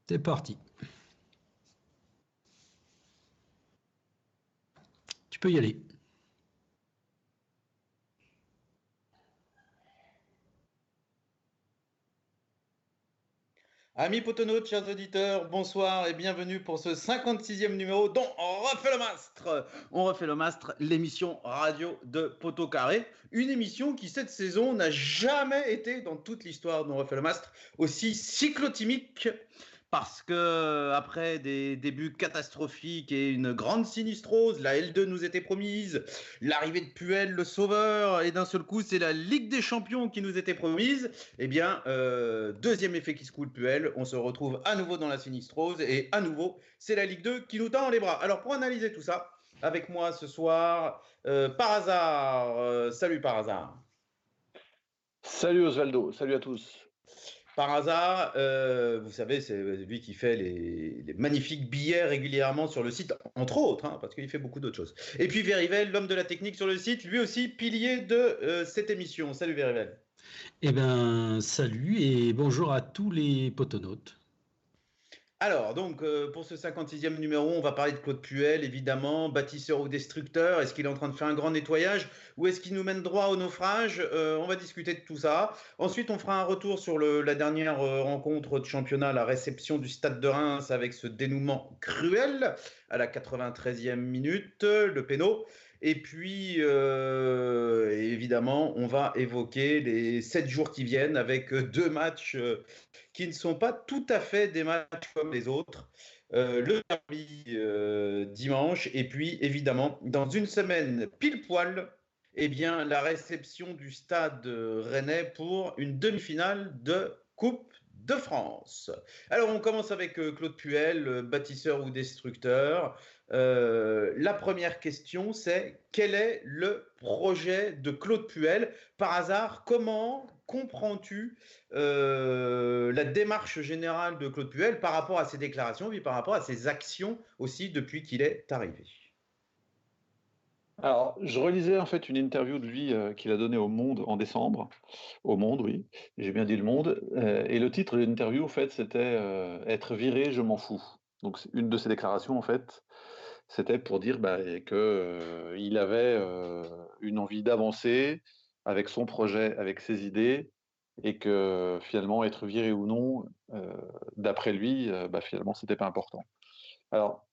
C'est parti. Tu peux y aller. Amis potonautes, chers auditeurs, bonsoir et bienvenue pour ce 56e numéro dont on refait le mastre. On refait le mastre, l'émission radio de Poteau Carré. Une émission qui, cette saison, n'a jamais été, dans toute l'histoire d'On refait le mastre, aussi cyclotimique. Parce que, après des débuts catastrophiques et une grande sinistrose, la L2 nous était promise, l'arrivée de Puel, le sauveur, et d'un seul coup, c'est la Ligue des Champions qui nous était promise. Eh bien, deuxième effet qui se coule Puel, on se retrouve à nouveau dans la sinistrose et à nouveau, c'est la Ligue 2 qui nous tend les bras. Alors, pour analyser tout ça, avec moi ce soir, par hasard, salut par hasard. Salut Osvaldo, salut à tous. Par hasard, vous savez, c'est lui qui fait les magnifiques billets régulièrement sur le site, entre autres, hein, parce qu'il fait beaucoup d'autres choses. Et puis Verivel, l'homme de la technique sur le site, lui aussi pilier de cette émission. Salut Verivel. Eh bien, salut et bonjour à tous les potonautes. Alors, donc, pour ce 56e numéro, on va parler de Claude Puel, évidemment, bâtisseur ou destructeur. Est-ce qu'il est en train de faire un grand nettoyage ou est-ce qu'il nous mène droit au naufrage? On va discuter de tout ça. Ensuite, on fera un retour sur la dernière rencontre de championnat, la réception du Stade de Reims avec ce dénouement cruel à la 93e minute, le péno. Et puis, évidemment, on va évoquer les 7 jours qui viennent avec deux matchs qui ne sont pas tout à fait des matchs comme les autres. Le derby dimanche, et puis évidemment, dans une semaine pile poil, eh bien, la réception du stade rennais pour une demi-finale de Coupe de France. Alors, on commence avec Claude Puel, bâtisseur ou destructeur. La première question, c'est quel est le projet de Claude Puel? Par hasard, comment comprends-tu la démarche générale de Claude Puel par rapport à ses déclarations, puis par rapport à ses actions aussi depuis qu'il est arrivé? Alors, je relisais en fait une interview de lui qu'il a donnée au Monde en décembre. Au Monde, oui, j'ai bien dit le Monde. Et le titre de l'interview, en fait, c'était Être viré, je m'en fous. Donc, une de ses déclarations, en fait, c'était pour dire que il avait une envie d'avancer avec son projet, avec ses idées, et que finalement, être viré ou non, d'après lui, finalement, c'était pas important. Alors,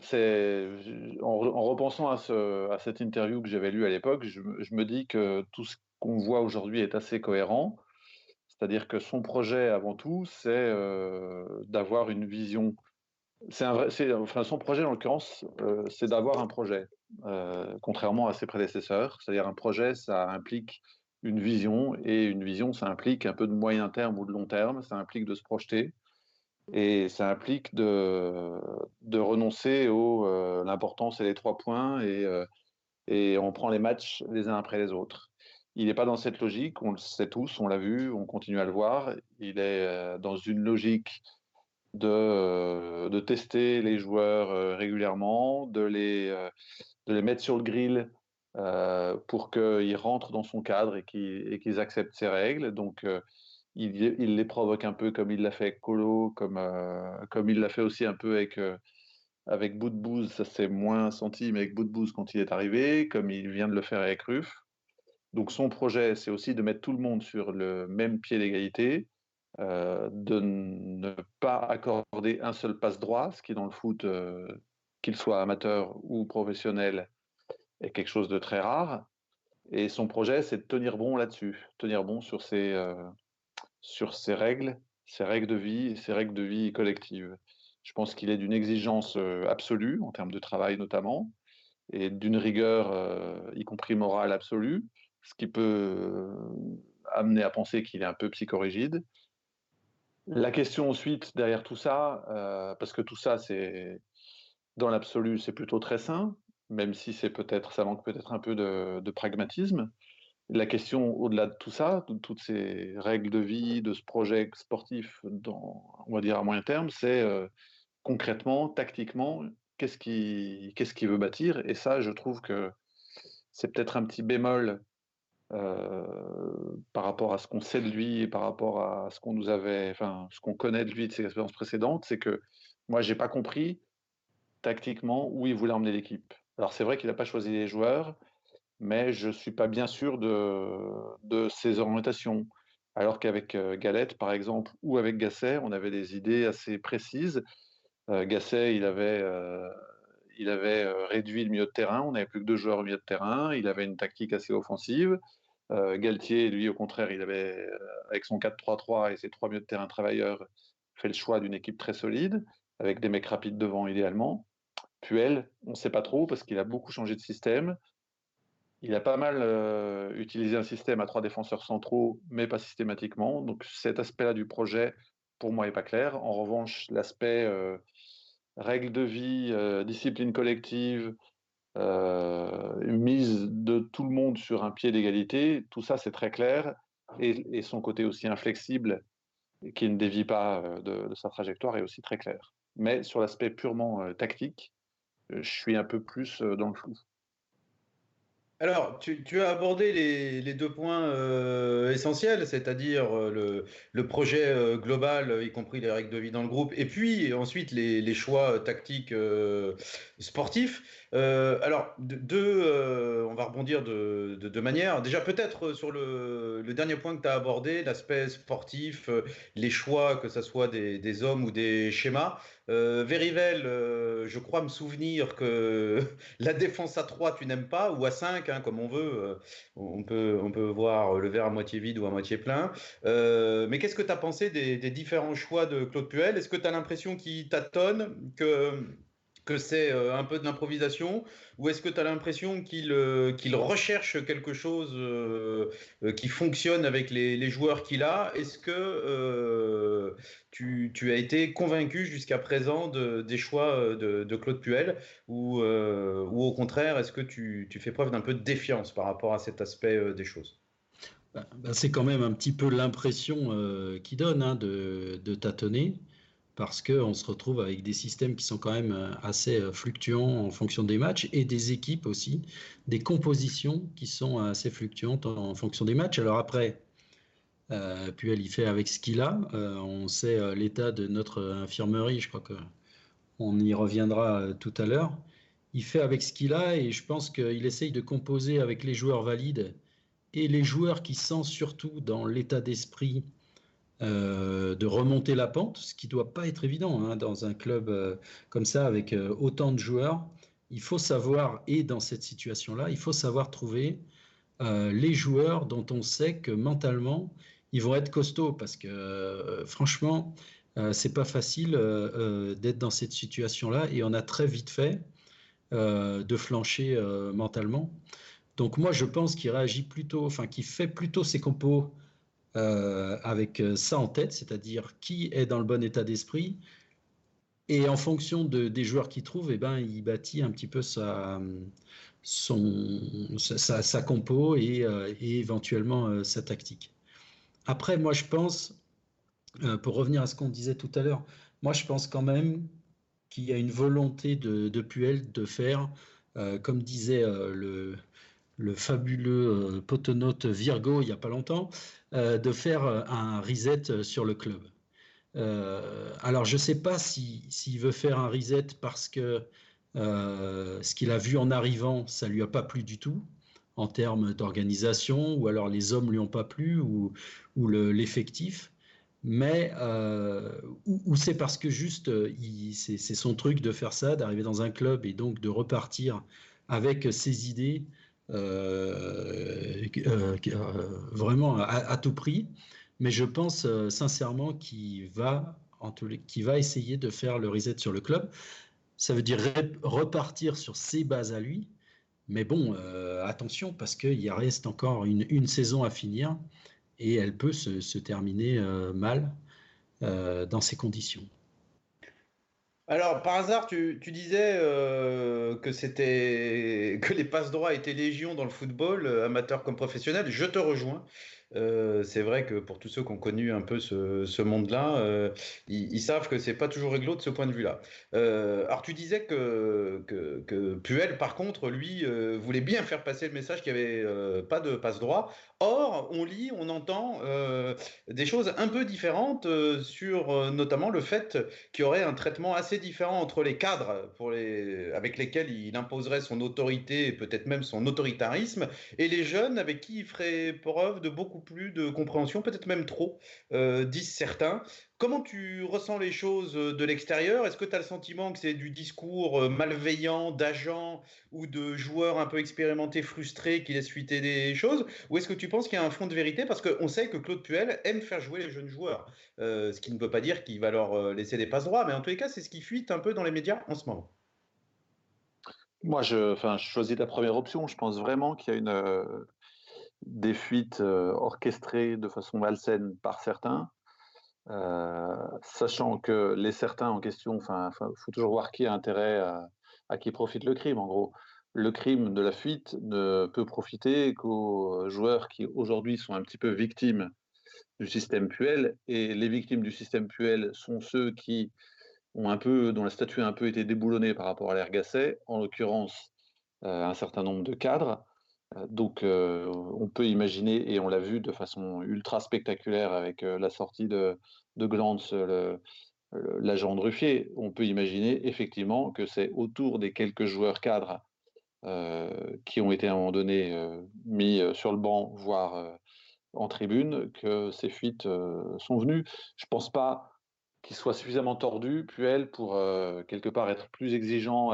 en repensant à cette interview que j'avais lue à l'époque, je me dis que tout ce qu'on voit aujourd'hui est assez cohérent. C'est-à-dire que son projet, avant tout, c'est d'avoir une vision. Enfin, son projet, en l'occurrence, c'est d'avoir un projet, contrairement à ses prédécesseurs. C'est-à-dire un projet, ça implique une vision, et une vision, ça implique un peu de moyen terme ou de long terme. Ça implique de se projeter. Et ça implique de renoncer au l'important, c'est les 3 points, et on prend les matchs les uns après les autres. Il n'est pas dans cette logique, on le sait tous, on l'a vu, on continue à le voir. Il est dans une logique de tester les joueurs régulièrement, de les mettre sur le grill pour qu'ils rentrent dans son cadre et qu'ils acceptent ses règles. Donc, il les provoque un peu comme il l'a fait avec Colo, comme il l'a fait aussi un peu avec Boudbouz. Ça s'est moins senti, mais avec Boudbouz quand il est arrivé, comme il vient de le faire avec Ruff. Donc son projet, c'est aussi de mettre tout le monde sur le même pied d'égalité, de ne pas accorder un seul passe droit, ce qui dans le foot, qu'il soit amateur ou professionnel, est quelque chose de très rare. Et son projet, c'est de tenir bon là-dessus, tenir bon sur ses règles de vie, ses règles de vie collectives. Je pense qu'il est d'une exigence absolue, en termes de travail notamment, et d'une rigueur, y compris morale, absolue, ce qui peut amener à penser qu'il est un peu psychorigide. La question ensuite, derrière tout ça, parce que tout ça, c'est dans l'absolu, c'est plutôt très sain, même si ça manque peut-être un peu de pragmatisme. La question au-delà de tout ça, de toutes ces règles de vie, de ce projet sportif, on va dire à moyen terme, c'est concrètement, tactiquement, qu'est-ce qu'il veut bâtir. Et ça, je trouve que c'est peut-être un petit bémol par rapport à ce qu'on sait de lui et par rapport à ce ce qu'on connaît de lui de ses expériences précédentes, c'est que moi, j'ai pas compris tactiquement où il voulait emmener l'équipe. Alors c'est vrai qu'il n'a pas choisi les joueurs, mais je suis pas bien sûr de ses orientations. Alors qu'avec Galette, par exemple, ou avec Gasset, on avait des idées assez précises. Gasset, il avait réduit le milieu de terrain, on n'avait plus que 2 joueurs au milieu de terrain, il avait une tactique assez offensive. Galtier, lui, au contraire, il avait, avec son 4-3-3 et ses 3 milieux de terrain travailleurs, fait le choix d'une équipe très solide, avec des mecs rapides devant idéalement. Puel, on ne sait pas trop parce qu'il a beaucoup changé de système. Il a pas mal utilisé un système à 3 défenseurs centraux, mais pas systématiquement. Donc cet aspect-là du projet, pour moi, n'est pas clair. En revanche, l'aspect règles de vie, discipline collective, mise de tout le monde sur un pied d'égalité, tout ça, c'est très clair. Et son côté aussi inflexible, qui ne dévie pas de sa trajectoire, est aussi très clair. Mais sur l'aspect purement tactique, je suis un peu plus dans le flou. Alors, tu as abordé les 2 points essentiels, c'est-à-dire le projet global, y compris les règles de vie dans le groupe, et puis ensuite les choix tactiques sportifs. Alors, on va rebondir de deux manières. Déjà, peut-être sur le dernier point que tu as abordé, l'aspect sportif, les choix, que ce soit des hommes ou des schémas. Verivel, je crois me souvenir que la défense à 3, tu n'aimes pas, ou à 5, hein, comme on veut. On peut voir le verre à moitié vide ou à moitié plein. Mais qu'est-ce que tu as pensé des différents choix de Claude Puel? Est-ce que tu as l'impression qu'il tâtonne, que c'est un peu de l'improvisation, ou est-ce que tu as l'impression qu'il recherche quelque chose qui fonctionne avec les joueurs qu'il a? Est-ce que tu as été convaincu jusqu'à présent des choix de Claude Puel, ou au contraire, est-ce que tu fais preuve d'un peu de défiance par rapport à cet aspect des choses? C'est quand même un petit peu l'impression qu'il donne, hein, de tâtonner, parce qu'on se retrouve avec des systèmes qui sont quand même assez fluctuants en fonction des matchs, et des équipes aussi, des compositions qui sont assez fluctuantes en fonction des matchs. Alors après, Puel, il fait avec ce qu'il a. On sait l'état de notre infirmerie, je crois qu'on y reviendra tout à l'heure. Il fait avec ce qu'il a, et je pense qu'il essaye de composer avec les joueurs valides et les joueurs qui sont surtout dans l'état d'esprit de remonter la pente, ce qui ne doit pas être évident, hein, dans un club comme ça, avec autant de joueurs. Il faut savoir, et dans cette situation-là, il faut savoir trouver les joueurs dont on sait que mentalement, ils vont être costauds, parce que franchement, c'est pas facile d'être dans cette situation-là, et on a très vite fait de flancher mentalement. Donc moi, je pense qu'il réagit plutôt, enfin, qu'il fait plutôt ses compos avec ça en tête, c'est-à-dire qui est dans le bon état d'esprit, et en fonction des joueurs qu'il trouve, eh ben, il bâtit un petit peu sa compo, et éventuellement sa tactique. Après, moi, je pense, pour revenir à ce qu'on disait tout à l'heure, moi, je pense quand même qu'il y a une volonté de Puel de faire, comme disait le fabuleux potonote Virgo il n'y a pas longtemps, de faire un reset sur le club. Alors, je ne sais pas s'il veut faire un reset parce que ce qu'il a vu en arrivant, ça ne lui a pas plu du tout en termes d'organisation, ou alors les hommes ne lui ont pas plu, ou l'effectif. Mais ou c'est parce que juste c'est son truc de faire ça, d'arriver dans un club et donc de repartir avec ses idées vraiment à tout prix. Mais je pense sincèrement qu'il va essayer de faire le reset sur le club. Ça veut dire repartir sur ses bases à lui. Mais bon, attention, parce qu'il reste encore une saison à finir, et elle peut se terminer mal dans ces conditions. Alors, par hasard, tu disais que les passes droits étaient légion dans le football, amateur comme professionnel. Je te rejoins. C'est vrai que pour tous ceux qui ont connu un peu ce monde-là, ils savent que c'est pas toujours réglo de ce point de vue-là. Alors tu disais que Puel, par contre, lui, voulait bien faire passer le message qu'il n'y avait pas de passe-droit. Or, on lit, on entend des choses un peu différentes sur notamment le fait qu'il y aurait un traitement assez différent entre les cadres avec lesquels il imposerait son autorité et peut-être même son autoritarisme et les jeunes avec qui il ferait preuve de beaucoup plus de compréhension, peut-être même trop, disent certains. Comment tu ressens les choses de l'extérieur? Est-ce que tu as le sentiment que c'est du discours malveillant d'agents ou de joueurs un peu expérimentés, frustrés, qui laissent fuiter des choses? Ou est-ce que tu penses qu'il y a un fond de vérité? Parce qu'on sait que Claude Puel aime faire jouer les jeunes joueurs, ce qui ne veut pas dire qu'il va leur laisser des passes droits, mais en tous les cas, c'est ce qui fuite un peu dans les médias en ce moment. Moi, je choisis la première option. Je pense vraiment qu'il y a des fuites orchestrées de façon malsaine par certains, sachant que les certains en question, faut toujours voir qui a intérêt à qui profite le crime. En gros, le crime de la fuite ne peut profiter qu'aux joueurs qui aujourd'hui sont un petit peu victimes du système Puel, et les victimes du système Puel sont ceux qui dont la statue a un peu été déboulonnée par rapport à l'ère Gasset, en l'occurrence un certain nombre de cadres. Donc on peut imaginer, et on l'a vu de façon ultra spectaculaire avec la sortie de Glantz, l'agent de Ruffier, on peut imaginer effectivement que c'est autour des quelques joueurs cadres qui ont été à un moment donné mis sur le banc, voire en tribune, que ces fuites sont venues. Je ne pense pas qu'il soit suffisamment tordu, Puel, pour quelque part être plus exigeant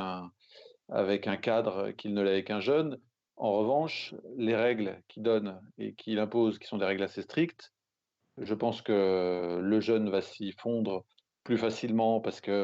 avec un cadre qu'il ne l'est avec un jeune. En revanche, les règles qu'il donne et qu'il impose, qui sont des règles assez strictes, je pense que le jeune va s'y fondre plus facilement parce que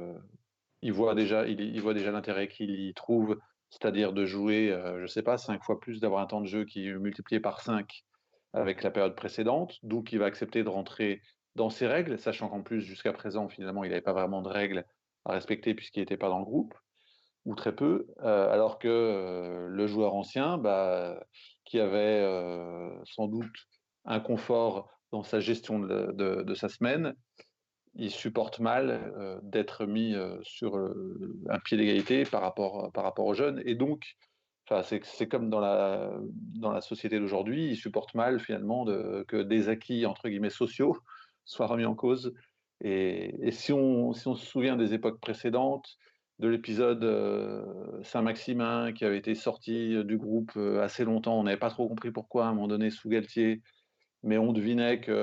il voit déjà l'intérêt qu'il y trouve, c'est-à-dire de jouer, je ne sais pas, 5 fois plus, d'avoir un temps de jeu qui est multiplié par 5 avec la période précédente, d'où il va accepter de rentrer dans ses règles, sachant qu'en plus, jusqu'à présent, finalement, il n'avait pas vraiment de règles à respecter puisqu'il n'était pas dans le groupe, ou très peu, alors que le joueur ancien, qui avait sans doute un confort dans sa gestion de sa semaine, il supporte mal d'être mis sur un pied d'égalité par rapport aux jeunes. Et donc, c'est comme dans la société d'aujourd'hui, il supporte mal finalement que des acquis, entre guillemets, sociaux soient remis en cause. Et si on se souvient des époques précédentes, de l'épisode Saint-Maximin qui avait été sorti du groupe assez longtemps, on n'avait pas trop compris pourquoi, à un moment donné, sous Galtier, mais on devinait que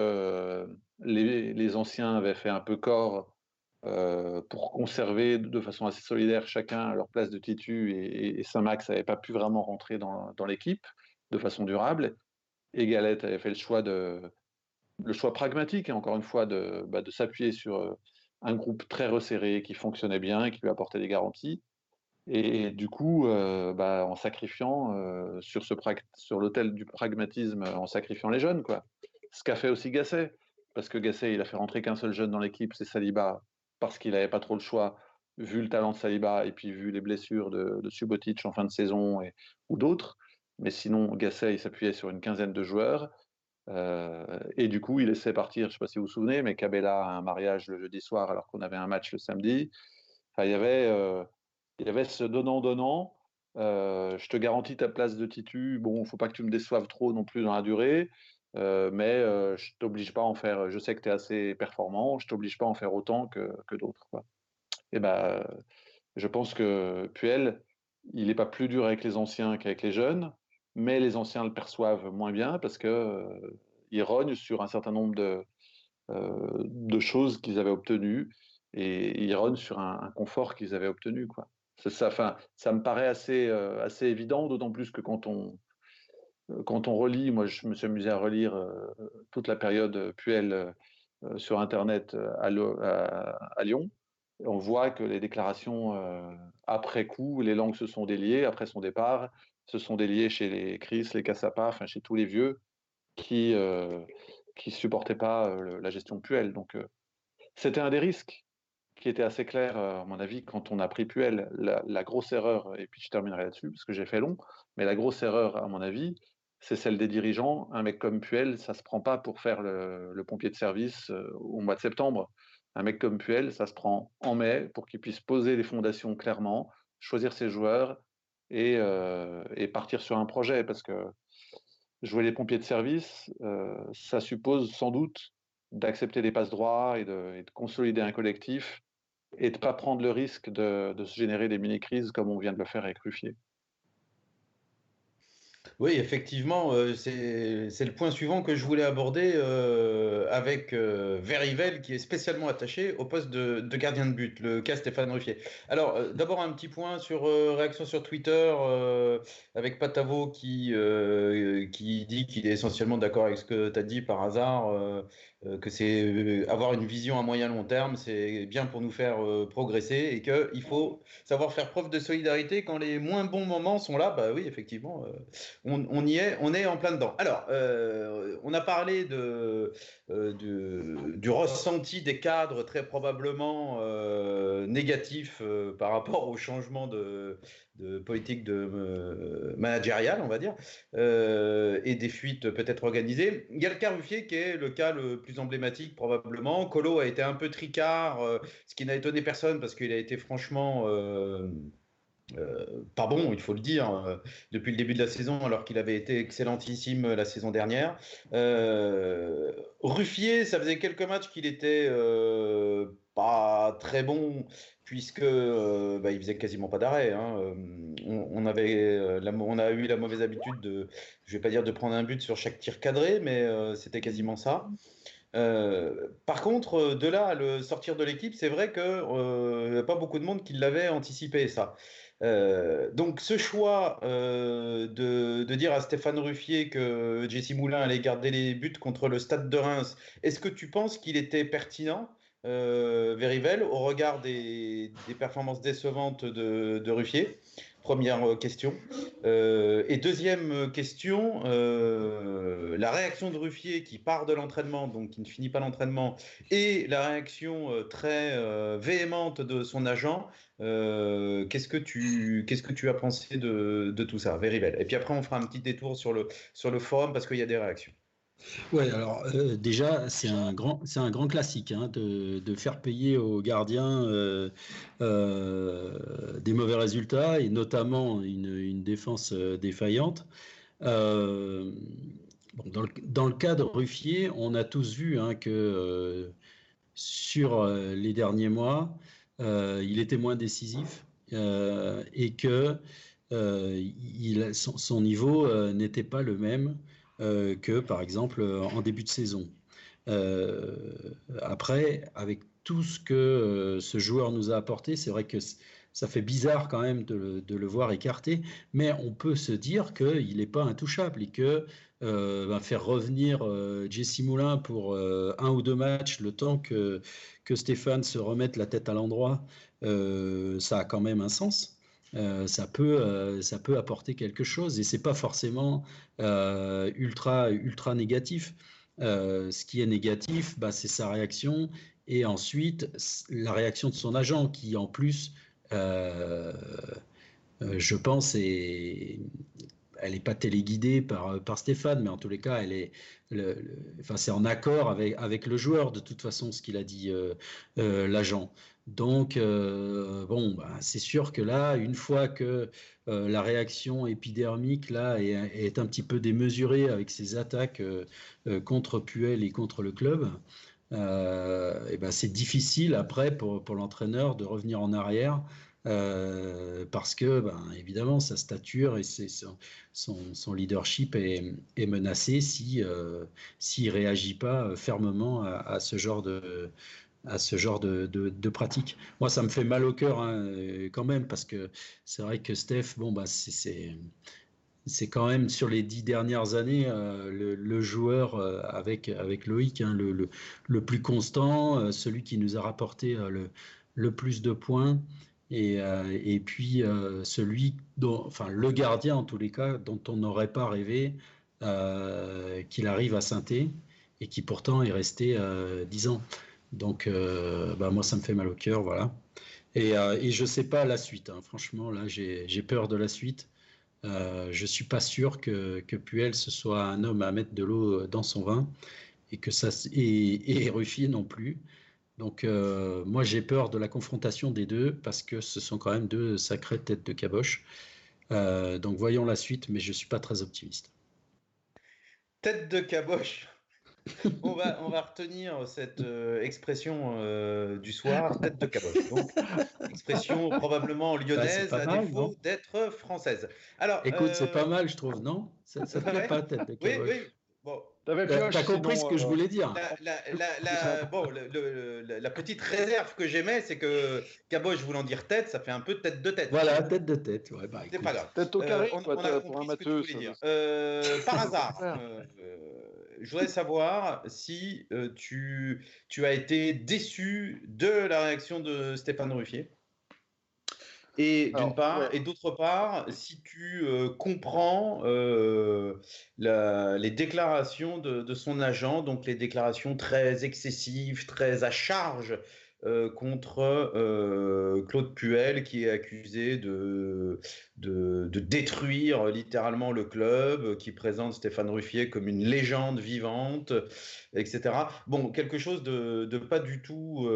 les anciens avaient fait un peu corps pour conserver de façon assez solidaire chacun leur place de titu, et Saint-Max n'avait pas pu vraiment rentrer dans l'équipe de façon durable. Et Galette avait fait le choix pragmatique, et encore une fois, de s'appuyer sur un groupe très resserré qui fonctionnait bien, qui lui apportait des garanties. Et du coup, en sacrifiant sur l'autel du pragmatisme, en sacrifiant les jeunes, quoi. Ce qu'a fait aussi Gasset, parce que Gasset, il a fait rentrer qu'un seul jeune dans l'équipe, c'est Saliba, parce qu'il n'avait pas trop le choix, vu le talent de Saliba et puis vu les blessures de Subotic en fin de saison ou d'autres. Mais sinon, Gasset, il s'appuyait sur une quinzaine de joueurs. Et du coup, il laissait partir, je ne sais pas si vous vous souvenez, mais Cabella a un mariage le jeudi soir alors qu'on avait un match le samedi. Enfin, il y avait ce donnant-donnant. Je te garantis ta place de titu. Bon, faut pas que tu me déçoives trop non plus dans la durée, mais je t'oblige pas à en faire. Je sais que tu es assez performant. Je t'oblige pas à en faire autant que d'autres, quoi. Et je pense que Puel, il n'est pas plus dur avec les anciens qu'avec les jeunes, mais les anciens le perçoivent moins bien parce que il rogne sur un certain nombre de choses qu'ils avaient obtenues, et ils rognent sur un confort qu'ils avaient obtenu, quoi. C'est ça, enfin, ça me paraît assez évident, d'autant plus que quand on relit, moi je me suis amusé à relire toute la période Puel sur Internet à Lyon. Et on voit que les déclarations après coup, les langues se sont déliées, après son départ, se sont déliées chez les Chris, les Cassapa, enfin chez tous les vieux qui supportaient pas la gestion Puel. Donc c'était un des risques qui était assez clair, à mon avis, quand on a pris Puel. La grosse erreur, et puis je terminerai là-dessus, parce que j'ai fait long, mais la grosse erreur, à mon avis, c'est celle des dirigeants. Un mec comme Puel, ça se prend pas pour faire le pompier de service au mois de septembre. Un mec comme Puel, ça se prend en mai pour qu'il puisse poser les fondations clairement, choisir ses joueurs et partir sur un projet. Parce que jouer les pompiers de service, ça suppose sans doute d'accepter des passes droits et de consolider un collectif et de ne pas prendre le risque de se générer des mini-crises comme on vient de le faire avec Ruffier. Oui, effectivement, c'est le point suivant que je voulais aborder avec Verivel, qui est spécialement attaché au poste de gardien de but, le cas Stéphane Ruffier. Alors, d'abord un petit point sur réaction sur Twitter avec Patavo qui dit qu'il est essentiellement d'accord avec ce que tu as dit par hasard, que c'est avoir une vision à moyen long terme, c'est bien pour nous faire progresser et qu'il faut savoir faire preuve de solidarité quand les moins bons moments sont là. Bah oui, effectivement. On y est, on est en plein dedans. Alors, on a parlé du ressenti des cadres très probablement négatif par rapport au changement de politique managériale, on va dire, et des fuites peut-être organisées. Il y a le cas Ruffier qui est le cas le plus emblématique probablement. Colo a été un peu tricard, ce qui n'a étonné personne parce qu'il a été franchement... pas bon, il faut le dire, depuis le début de la saison, alors qu'il avait été excellentissime la saison dernière. Ruffier, ça faisait quelques matchs qu'il était pas très bon, puisque il faisait quasiment pas d'arrêt. Hein. On a eu la mauvaise habitude de, je vais pas dire de prendre un but sur chaque tir cadré, mais c'était quasiment ça. Par contre, de là à le sortir de l'équipe, c'est vrai qu'il n'y a pas beaucoup de monde qui l'avait anticipé, ça. Donc ce choix de dire à Stéphane Ruffier que Jesse Moulin allait garder les buts contre le Stade de Reims, est-ce que tu penses qu'il était pertinent, Verivel, au regard des performances décevantes de Ruffier? Première question. Et deuxième question, la réaction de Ruffier qui part de l'entraînement, donc qui ne finit pas l'entraînement, et la réaction très véhémente de son agent. Qu'est-ce que tu as pensé de tout ça, Verivel? Et puis après, on fera un petit détour sur le forum parce qu'il y a des réactions. Ouais, alors déjà, c'est un grand classique hein, de faire payer aux gardiens des mauvais résultats et notamment une défense défaillante. Euh, bon, dans le cas de Ruffier, on a tous vu hein, que sur les derniers mois, il était moins décisif et que son niveau n'était pas le même que, par exemple, en début de saison. Après, avec tout ce que ce joueur nous a apporté, c'est vrai que ça fait bizarre quand même de le voir écarté, mais on peut se dire qu'il n'est pas intouchable et que faire revenir Jesse Moulin pour un ou deux matchs, le temps que Stéphane se remette la tête à l'endroit, ça a quand même un sens. Ça peut apporter quelque chose et c'est pas forcément ultra négatif. Ce qui est négatif, c'est sa réaction et ensuite la réaction de son agent qui en plus, je pense, elle n'est pas téléguidée par Stéphane, mais en tous les cas, c'est en accord avec le joueur, de toute façon, ce qu'il a dit l'agent. Donc, c'est sûr que là, une fois que la réaction épidermique là, est un petit peu démesurée avec ses attaques contre Puel et contre le club, c'est difficile après pour l'entraîneur de revenir en arrière. Parce que, évidemment, sa stature et son leadership est menacé s'il ne réagit pas fermement à ce genre de pratique. Moi, ça me fait mal au cœur hein, quand même, parce que c'est vrai que Steph, c'est quand même sur les 10 dernières années le joueur avec Loïc, hein, le plus constant, celui qui nous a rapporté le plus de points. Et puis celui le gardien en tous les cas, dont on n'aurait pas rêvé qu'il arrive à Saint-Étienne et qui pourtant est resté 10 ans. Donc moi ça me fait mal au cœur, voilà. Et je sais pas la suite, hein. Franchement là j'ai peur de la suite. Je ne suis pas sûr que Puel ce soit un homme à mettre de l'eau dans son vin et que ça et Ruffier non plus. Donc moi j'ai peur de la confrontation des deux parce que ce sont quand même deux sacrées têtes de caboche. Donc voyons la suite, mais je ne suis pas très optimiste. Tête de caboche. On va retenir cette expression du soir, tête de caboche. Donc, expression probablement Bah, c'est lyonnaise pas à mal, défaut non? d'être française. Alors, Écoute, c'est pas mal, je trouve, non? Ça te plaît ouais, pas, tête de oui, oui. caboche? Bon, T'avais T'as pioche, compris ce sinon. que je voulais dire? bon, la petite réserve que j'aimais, c'est que caboche voulant dire tête, ça fait un peu tête de tête. Voilà, Bon, tête de tête. Ouais, bah c'est pas écoute. grave. Tête au carré, quoi, On a pour un compris ce que tu matheux, voulais ça, dire. Par c'est au hasard, contraire. je voudrais savoir si tu as été déçu de la réaction de Stéphane Ruffier. Et d'une Alors, part, ouais. et d'autre part, si tu comprends les déclarations de son agent, donc les déclarations très excessives, très à charge contre Claude Puel, qui est accusé de détruire littéralement le club, qui présente Stéphane Ruffier comme une légende vivante, etc. Bon, quelque chose de pas du tout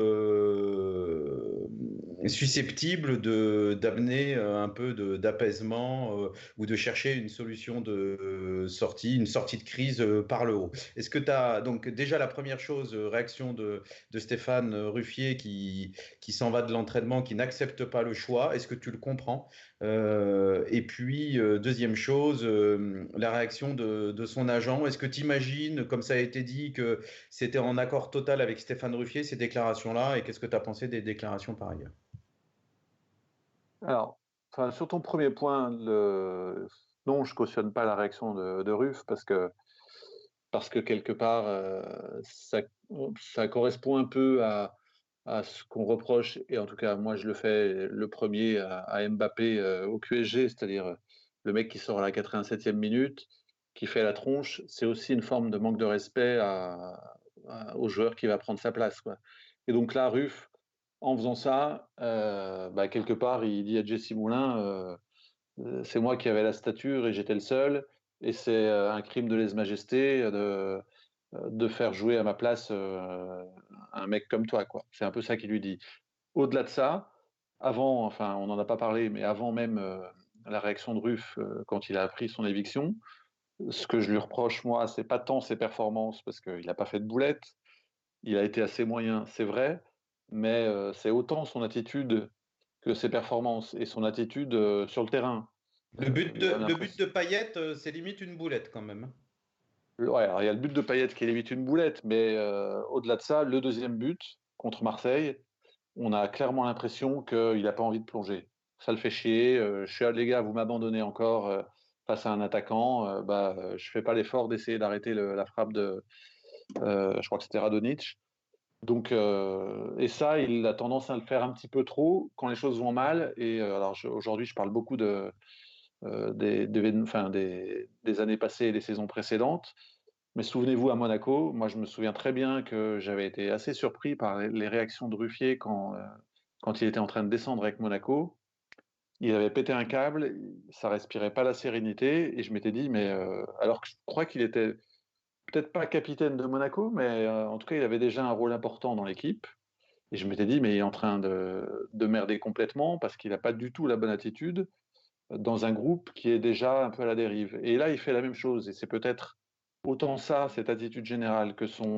susceptible d'amener un peu d'apaisement ou de chercher une solution de sortie, une sortie de crise par le haut. Est-ce que tu as donc déjà la première chose, réaction de Stéphane Ruffier qui s'en va de l'entraînement, qui n'accepte pas le choix, est-ce que tu le comprends? Et puis, deuxième chose, la réaction de son agent. Est-ce que tu imagines, comme ça a été dit, que c'était en accord total avec Stéphane Ruffier, ces déclarations-là? Et qu'est-ce que tu as pensé des déclarations par ailleurs? Alors, enfin, sur ton premier point, non, je cautionne pas la réaction de Ruff parce que quelque part, ça correspond un peu à ce qu'on reproche, et en tout cas, moi, je le fais le premier à Mbappé au QSG, c'est-à-dire le mec qui sort à la 87e minute, qui fait la tronche, c'est aussi une forme de manque de respect au joueur qui va prendre sa place, quoi. Et donc là, Ruff, en faisant ça, bah, quelque part, il dit à Jesse Moulin, c'est moi qui avais la stature et j'étais le seul, et c'est un crime de lèse-majesté de faire jouer à ma place un mec comme toi, quoi. C'est un peu ça qu'il lui dit. Au-delà de ça, avant, enfin, on n'en a pas parlé, mais avant même la réaction de Ruff quand il a appris son éviction, ce que je lui reproche, moi, c'est pas tant ses performances, parce qu'il n'a pas fait de boulette, il a été assez moyen, c'est vrai, mais c'est autant son attitude que ses performances et son attitude sur le terrain. Il y a Le but l'impression. de Payet, c'est limite une boulette quand même. Ouais, alors il y a le but de Payet qui évite une boulette, mais au-delà de ça, le deuxième but contre Marseille, on a clairement l'impression qu'il n'a pas envie de plonger. Ça le fait chier. Je suis les gars, vous m'abandonnez encore face à un attaquant. Je fais pas l'effort d'essayer d'arrêter la frappe de, je crois que c'était Radonjic. Donc, et ça, il a tendance à le faire un petit peu trop quand les choses vont mal. Et alors aujourd'hui, je parle beaucoup des années passées et des saisons précédentes. Mais souvenez-vous, à Monaco, moi je me souviens très bien que j'avais été assez surpris par les réactions de Ruffier quand il était en train de descendre avec Monaco. Il avait pété un câble, ça respirait pas la sérénité, et je m'étais dit, mais alors que je crois qu'il était peut-être pas capitaine de Monaco, mais en tout cas il avait déjà un rôle important dans l'équipe. Et je m'étais dit, mais il est en train de merder complètement parce qu'il n'a pas du tout la bonne attitude dans un groupe qui est déjà un peu à la dérive. Et là, il fait la même chose, et c'est peut-être autant ça, cette attitude générale,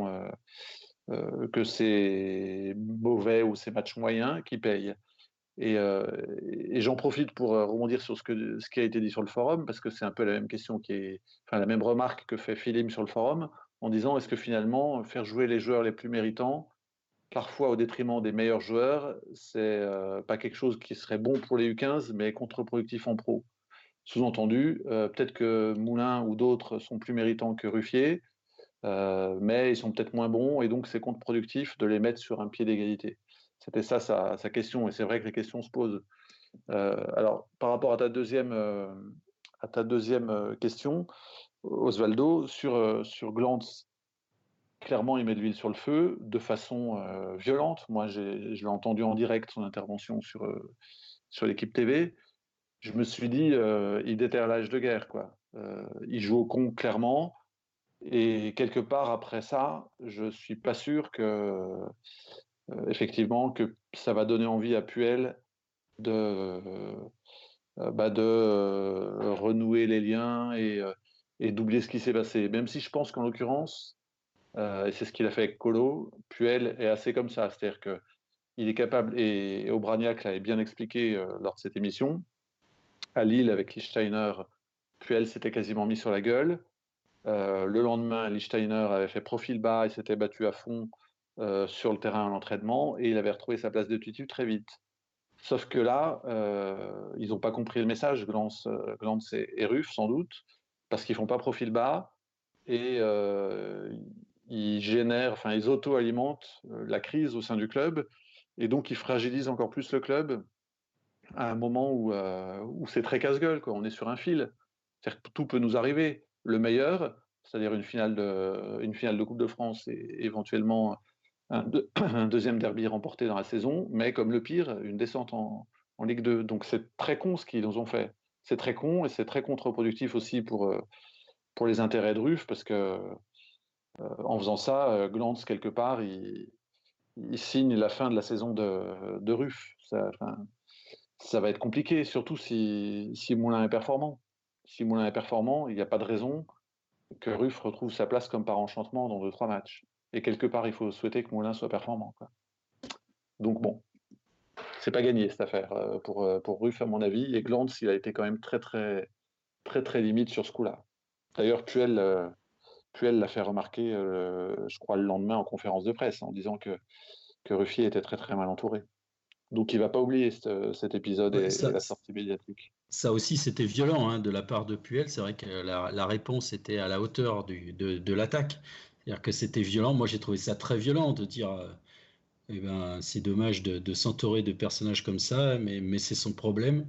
que ces mauvais ou ces matchs moyens qui payent. Et, euh, et j'en profite pour rebondir sur ce qui a été dit sur le forum, parce que c'est un peu la même question enfin la même remarque que fait Philippe sur le forum, en disant est-ce que finalement faire jouer les joueurs les plus méritants, parfois au détriment des meilleurs joueurs, c'est pas quelque chose qui serait bon pour les U15, mais contre-productif en pro. Sous-entendu, peut-être que Moulin ou d'autres sont plus méritants que Ruffier, mais ils sont peut-être moins bons, et donc c'est contre-productif de les mettre sur un pied d'égalité. C'était ça sa question, et c'est vrai que les questions se posent. Alors, par rapport à ta deuxième question, Osvaldo, sur Glantz, clairement, il met de l'huile sur le feu de façon violente. Moi, je l'ai entendu en direct, son intervention sur l'équipe TV. je me suis dit, il déterre l'âge de guerre, quoi. Il joue au con clairement. Et quelque part après ça, je suis pas sûr que, effectivement, que ça va donner envie à Puel de renouer les liens et d'oublier ce qui s'est passé. Même si je pense qu'en l'occurrence, et c'est ce qu'il a fait avec Colo, Puel est assez comme ça. C'est-à-dire qu'il est capable, et Aubragnac l'avait bien expliqué lors de cette émission, à Lille avec Lichtsteiner, Puel s'était quasiment mis sur la gueule. Le lendemain, Lichtsteiner avait fait profil bas, il s'était battu à fond sur le terrain à l'entraînement et il avait retrouvé sa place de titulaire très vite. Sauf que là, ils n'ont pas compris le message, Glance et Ruff sans doute, parce qu'ils font pas profil bas et ils auto-alimentent la crise au sein du club et donc ils fragilisent encore plus le club à un moment où c'est très casse-gueule, quoi. On est sur un fil. C'est-à-dire que tout peut nous arriver. Le meilleur, c'est-à-dire une finale de Coupe de France et éventuellement un deuxième derby remporté dans la saison, mais comme le pire, une descente en Ligue 2. Donc c'est très con ce qu'ils nous ont fait. C'est très con et c'est très contre-productif aussi pour les intérêts de Ruff, parce que en faisant ça, Glantz, quelque part, il signe la fin de la saison de Ruff. Ça va être compliqué, surtout si Moulin est performant. Si Moulin est performant, il n'y a pas de raison que Ruff retrouve sa place comme par enchantement dans 2-3 matchs. Et quelque part, il faut souhaiter que Moulin soit performant, quoi. Donc bon, c'est pas gagné cette affaire pour Ruff, à mon avis. Et Glantz, il a été quand même très, très, très, très limite sur ce coup-là. D'ailleurs, Puel l'a fait remarquer, je crois, le lendemain en conférence de presse, en disant que Ruffier était très, très mal entouré. Donc il ne va pas oublier cet épisode Ouais, et la sortie médiatique. ça aussi, c'était violent hein, de la part de Puel. C'est vrai que la réponse était à la hauteur de l'attaque. C'est-à-dire que c'était violent. Moi, j'ai trouvé ça très violent de dire eh ben, c'est dommage de s'entourer de personnages comme ça, mais c'est son problème.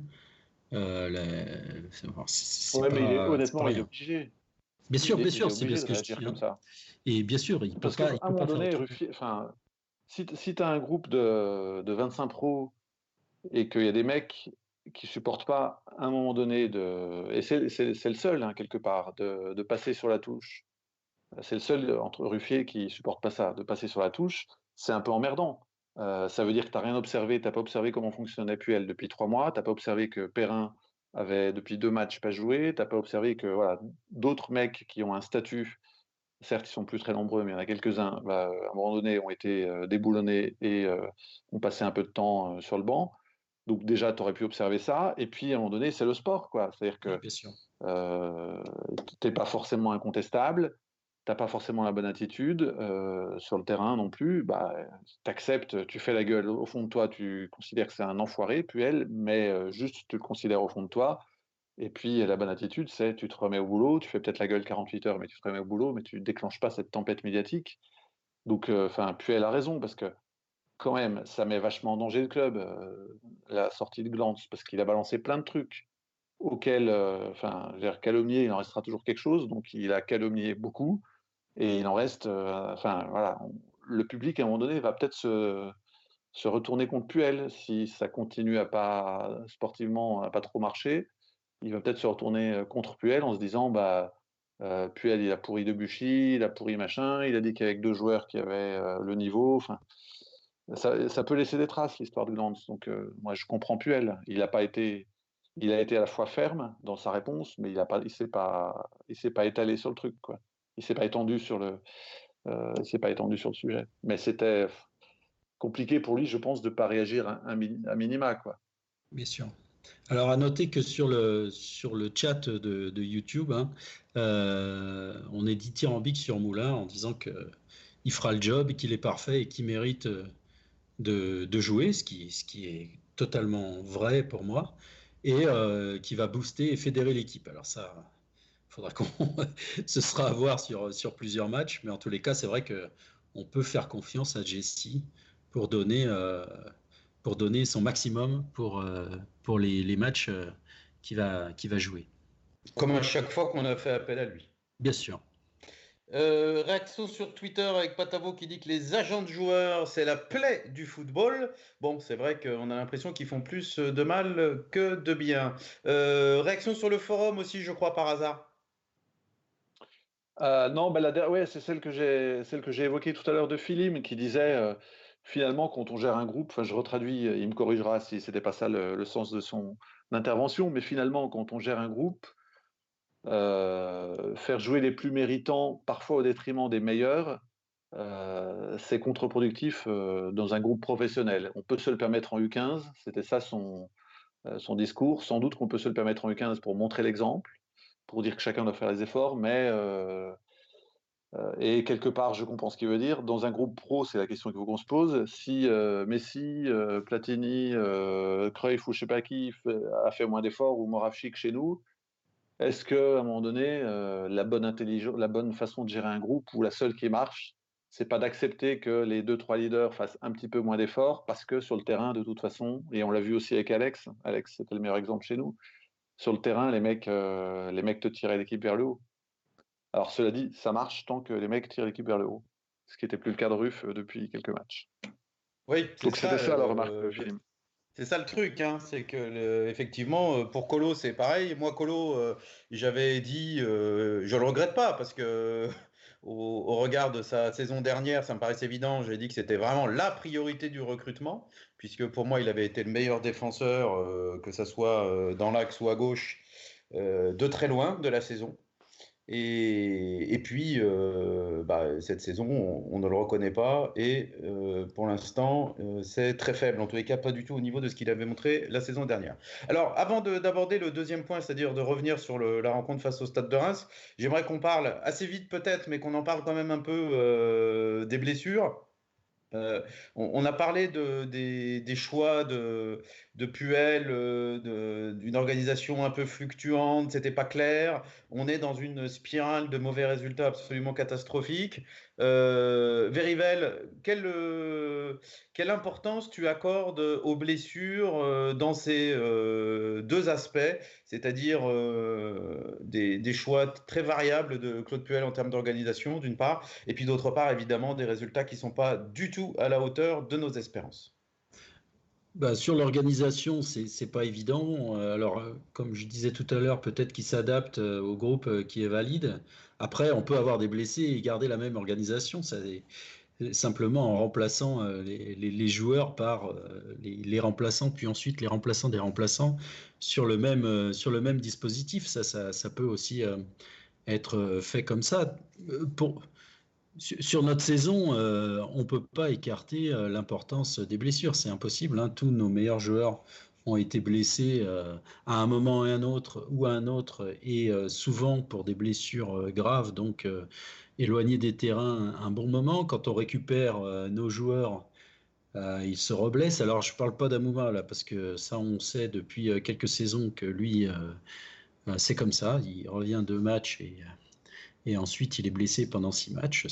C'est Ouais, mais c'est pas honnêtement, il est rien. obligé. Bien Il sûr, est c'est bien obligé ce de que je dis. réagir comme Hein. ça. Et bien sûr, Parce qu'à un il peut moment pas faire donné, autrement. Ruffier, si tu as un groupe de 25 pros et qu'il y a des mecs qui supportent pas à un moment donné et c'est le seul hein, quelque part de passer sur la touche. C'est le seul entre Ruffier qui supporte pas ça, de passer sur la touche. C'est un peu emmerdant. Ça veut dire que tu n'as rien observé, tu n'as pas observé comment fonctionnait Puel depuis 3 mois, tu n'as pas observé que Perrin avait depuis 2 matchs pas joué, tu n'as pas observé que voilà, d'autres mecs qui ont un statut, certes ils sont plus très nombreux, mais il y en a quelques-uns, à un moment donné ont été déboulonnés et ont passé un peu de temps sur le banc. Donc déjà, tu aurais pu observer ça. Et puis, à un moment donné, c'est le sport, quoi. C'est-à-dire Oui, que bien sûr. tu n'es pas forcément incontestable, tu n'as pas forcément la bonne attitude sur le terrain non plus. Tu acceptes, tu fais la gueule. Au fond de toi, tu considères que c'est un enfoiré, Puel, mais juste tu le considères au fond de toi. Et puis, la bonne attitude, c'est tu te remets au boulot, tu fais peut-être la gueule 48 heures, mais tu te remets au boulot, mais tu ne déclenches pas cette tempête médiatique. Donc, Puel a raison, parce que quand même, ça met vachement en danger le club, la sortie de Glantz, parce qu'il a balancé plein de trucs auxquels, calomnier, il en restera toujours quelque chose, donc il a calomnié beaucoup, et il en reste, voilà, le public à un moment donné va peut-être se retourner contre Puel, si ça continue à pas, sportivement, à pas trop marcher, il va peut-être se retourner contre Puel en se disant, Puel, il a pourri Debuchy, il a pourri machin, il a dit qu'avec 2 joueurs qui avaient le niveau, enfin, ça peut laisser des traces, l'histoire de Glantz. Donc, moi, je comprends Puel. Il a été à la fois ferme dans sa réponse, mais il s'est pas étalé sur le truc, quoi. Il s'est pas étendu il s'est pas étendu sur le sujet. Mais c'était compliqué pour lui, je pense, de pas réagir à minima, quoi. Bien sûr. Alors, à noter que sur le chat de YouTube, hein, on est dithyrambique sur Moulin en disant qu'il fera le job, qu'il est parfait et qu'il mérite de jouer, ce qui est totalement vrai pour moi, et qui va booster et fédérer l'équipe. Alors ça, faudra qu'on, ce sera à voir sur plusieurs matchs, mais en tous les cas, c'est vrai que on peut faire confiance à Jesse pour donner, euh, pour donner son maximum pour les matchs qu'il va jouer. Comme à chaque fois qu'on a fait appel à lui. Bien sûr. Réaction sur Twitter avec Patavo qui dit que les agents de joueurs, c'est la plaie du football. Bon, c'est vrai qu'on a l'impression qu'ils font plus de mal que de bien. Réaction sur le forum aussi, je crois, par hasard. Non, ouais, c'est celle que j'ai évoquée tout à l'heure de Philim, qui disait finalement, quand on gère un groupe, enfin, je retraduis, il me corrigera si c'était pas ça le sens de son intervention, mais finalement, quand on gère un groupe, faire jouer les plus méritants, parfois au détriment des meilleurs, c'est contre-productif dans un groupe professionnel. On peut se le permettre en U15, c'était ça son discours. Sans doute qu'on peut se le permettre en U15 pour montrer l'exemple, pour dire que chacun doit faire les efforts, mais et quelque part, je comprends ce qu'il veut dire. Dans un groupe pro, c'est la question qu'il faut qu'on se pose. Si Messi, Platini, Cruyff ou je sais pas qui a fait moins d'efforts, ou Moravchik chez nous, est-ce que à un moment donné, la bonne façon de gérer un groupe, ou la seule qui marche, c'est pas d'accepter que les 2-3 leaders fassent un petit peu moins d'efforts, parce que sur le terrain, de toute façon, et on l'a vu aussi avec Alex, c'était le meilleur exemple chez nous, sur le terrain, les mecs te tiraient l'équipe vers le haut. Alors cela dit, ça marche tant que les mecs tirent l'équipe vers le haut, ce qui n'était plus le cas de Ruff depuis quelques matchs. Oui, Donc c'était ça la remarque, Philippe. C'est ça le truc, hein, c'est que effectivement, pour Colo, c'est pareil. Moi, Colo, j'avais dit, je le regrette pas parce que au regard de sa saison dernière, ça me paraissait évident. J'ai dit que c'était vraiment la priorité du recrutement, puisque pour moi, il avait été le meilleur défenseur, que ça soit dans l'axe ou à gauche, de très loin de la saison. Et puis, cette saison, on ne le reconnaît pas et pour l'instant, c'est très faible. En tous les cas, pas du tout au niveau de ce qu'il avait montré la saison dernière. Alors, avant d'aborder le deuxième point, c'est-à-dire de revenir sur la rencontre face au Stade de Reims, j'aimerais qu'on parle assez vite peut-être, mais qu'on en parle quand même un peu des blessures. On a parlé des choix de Puel, d'une organisation un peu fluctuante, c'était pas clair. On est dans une spirale de mauvais résultats absolument catastrophique. Verivel, quelle importance tu accordes aux blessures dans ces deux aspects, c'est-à-dire des choix très variables de Claude Puel en termes d'organisation, d'une part, et puis d'autre part, évidemment, des résultats qui ne sont pas du tout à la hauteur de nos espérances. Bah, sur l'organisation, c'est pas évident. Alors, comme je disais tout à l'heure, peut-être qu'il s'adapte au groupe qui est valide. Après, on peut avoir des blessés et garder la même organisation. Simplement en remplaçant les joueurs par les remplaçants, puis ensuite les remplaçants des remplaçants sur le même dispositif. Ça peut aussi être fait comme ça. Sur notre saison, on ne peut pas écarter l'importance des blessures. C'est impossible, hein. Tous nos meilleurs joueurs ont été blessés à un moment et ou à un autre, et souvent pour des blessures graves, donc éloignés des terrains un bon moment. Quand on récupère nos joueurs, ils se reblessent. Alors je ne parle pas d'Amouma là, parce que ça on sait depuis quelques saisons que lui, c'est comme ça. Il revient 2 matchs et ensuite il est blessé pendant 6 matchs.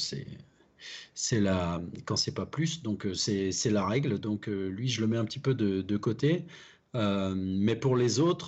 Quand c'est pas plus, donc c'est la règle. Donc lui, je le mets un petit peu de côté. Mais pour les autres,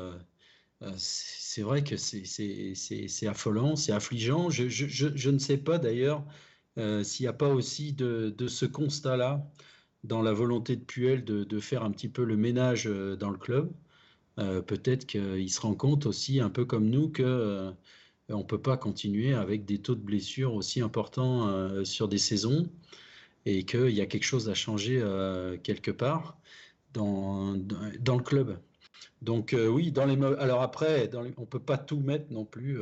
c'est vrai que c'est affolant, c'est affligeant. Je ne sais pas d'ailleurs s'il n'y a pas aussi de ce constat-là dans la volonté de Puel de faire un petit peu le ménage dans le club. Peut-être qu'il se rend compte aussi, un peu comme nous, que on ne peut pas continuer avec des taux de blessures aussi importants sur des saisons et qu'il y a quelque chose à changer quelque part dans le club. Donc oui, alors après, on ne peut pas tout mettre non plus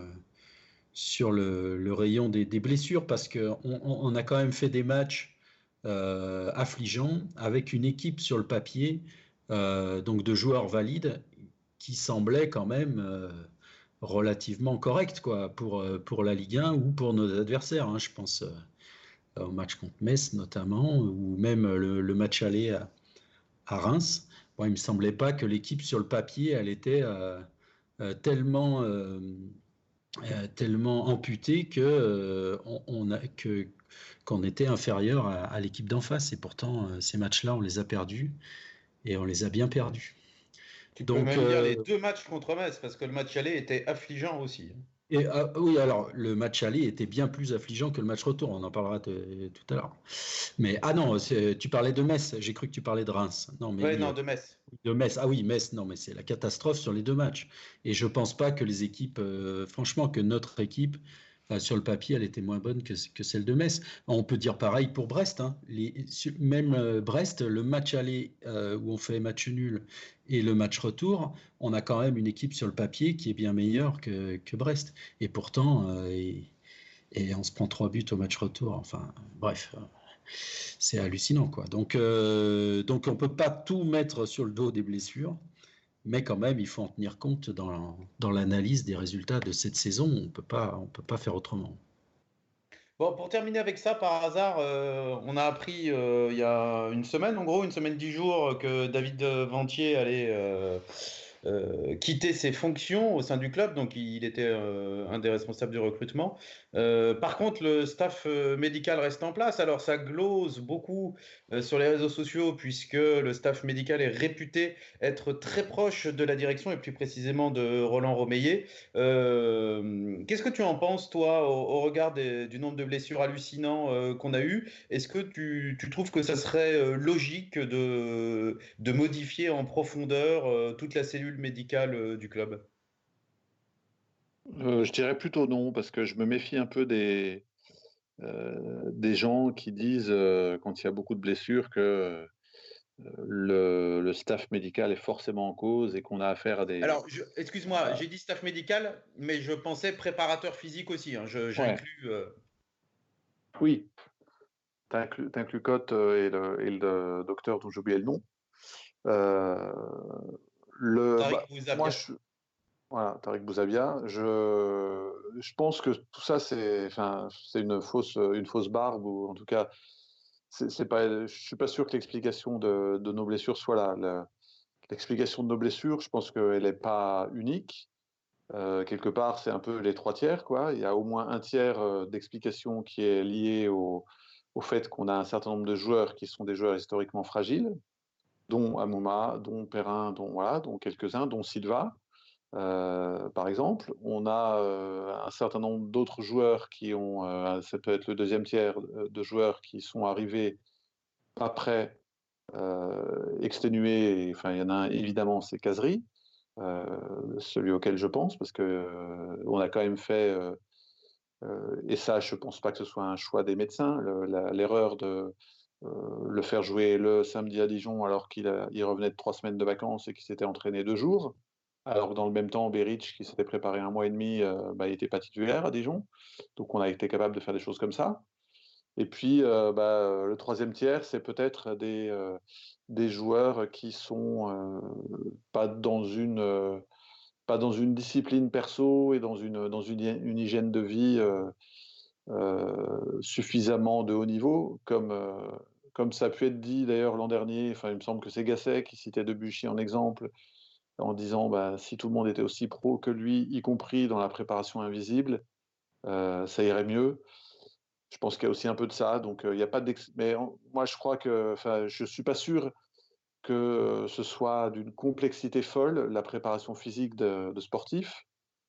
sur le rayon des blessures parce qu'on a quand même fait des matchs affligeants avec une équipe sur le papier, donc de joueurs valides qui semblaient quand même relativement correct quoi, pour la Ligue 1 ou pour nos adversaires, hein. Je pense au match contre Metz notamment, ou même le match aller à Reims. Bon, il ne me semblait pas que l'équipe sur le papier, elle était tellement amputée qu'on était inférieur à l'équipe d'en face. Et pourtant, ces matchs-là, on les a perdus et on les a bien perdus. Tu peux même dire les deux matchs contre Metz, parce que le match aller était affligeant aussi. Oui, alors le match aller était bien plus affligeant que le match retour. On en parlera tout à l'heure. Mais non, tu parlais de Metz. J'ai cru que tu parlais de Reims. Non, mais Ouais, oui, non, de Metz. de Metz. Ah oui, Metz. Non, mais c'est la catastrophe sur les deux matchs. Et je pense pas que les équipes, franchement, que notre équipe, enfin, sur le papier, elle était moins bonne que celle de Metz. On peut dire pareil pour Brest, hein. Même Brest, le match aller où on fait match nul et le match retour, on a quand même une équipe sur le papier qui est bien meilleure que Brest. Et pourtant, et on se prend 3 buts au match retour. Enfin, bref, c'est hallucinant, quoi. Donc on peut pas tout mettre sur le dos des blessures, mais quand même, il faut en tenir compte dans l'analyse des résultats de cette saison. On peut pas faire autrement. Bon, pour terminer avec ça, par hasard, on a appris il y a une semaine, en gros, une semaine, 10 jours, que David Ventier allait quitter ses fonctions au sein du club. Donc, il était un des responsables du recrutement. Par contre, le staff médical reste en place. Alors, ça glose beaucoup sur les réseaux sociaux, puisque le staff médical est réputé être très proche de la direction, et plus précisément de Roland Romeillet. Qu'est-ce que tu en penses, toi, au regard du nombre de blessures hallucinants qu'on a eu? Est-ce que tu trouves que ça serait logique de modifier en profondeur toute la cellule médicale du club? Je dirais plutôt non, parce que je me méfie un peu des gens qui disent, quand il y a beaucoup de blessures, que le staff médical est forcément en cause et qu'on a affaire à des... Alors, excuse-moi, j'ai dit staff médical, mais je pensais préparateur physique aussi, hein. Ouais, J'inclus. oui, t'inclus Cotte et le docteur dont j'ai oublié le nom. Euh, Tariq moi, Bouzabia. voilà, Tariq Bouzabia, je pense que tout ça, enfin, c'est une fausse barbe, ou en tout cas, c'est pas, je suis pas sûr que l'explication de nos blessures soit là. L'explication de nos blessures, je pense qu'elle n'est pas unique. Quelque part, c'est un peu les trois tiers, quoi. Il y a au moins un tiers d'explication qui est lié au fait qu'on a un certain nombre de joueurs qui sont des joueurs historiquement fragiles, dont Amouma, dont Perrin, dont quelques-uns, dont Silva. Par exemple, on a un certain nombre d'autres joueurs ça peut être le deuxième tiers de joueurs qui sont arrivés après, exténués. Enfin, il y en a un, évidemment, c'est Kazri, celui auquel je pense, parce que on a quand même fait, et ça, je pense pas que ce soit un choix des médecins, l'erreur de le faire jouer le samedi à Dijon alors il revenait de 3 semaines de vacances et qu'il s'était entraîné 2 jours. Alors que dans le même temps, Beric, qui s'était préparé un mois et demi, il n'était pas titulaire à Dijon. Donc on a été capable de faire des choses comme ça. Et puis le troisième tiers, c'est peut-être des joueurs qui sont pas dans une discipline perso et dans une hygiène de vie suffisamment de haut niveau, comme ça a pu être dit d'ailleurs l'an dernier. Enfin, il me semble que c'est Gasset qui citait Debuchy en exemple, en disant si tout le monde était aussi pro que lui, y compris dans la préparation invisible, ça irait mieux. Je pense qu'il y a aussi un peu de ça. Donc, il y a pas mais moi, je crois que, enfin, je suis pas sûr que ce soit d'une complexité folle la préparation physique de sportifs.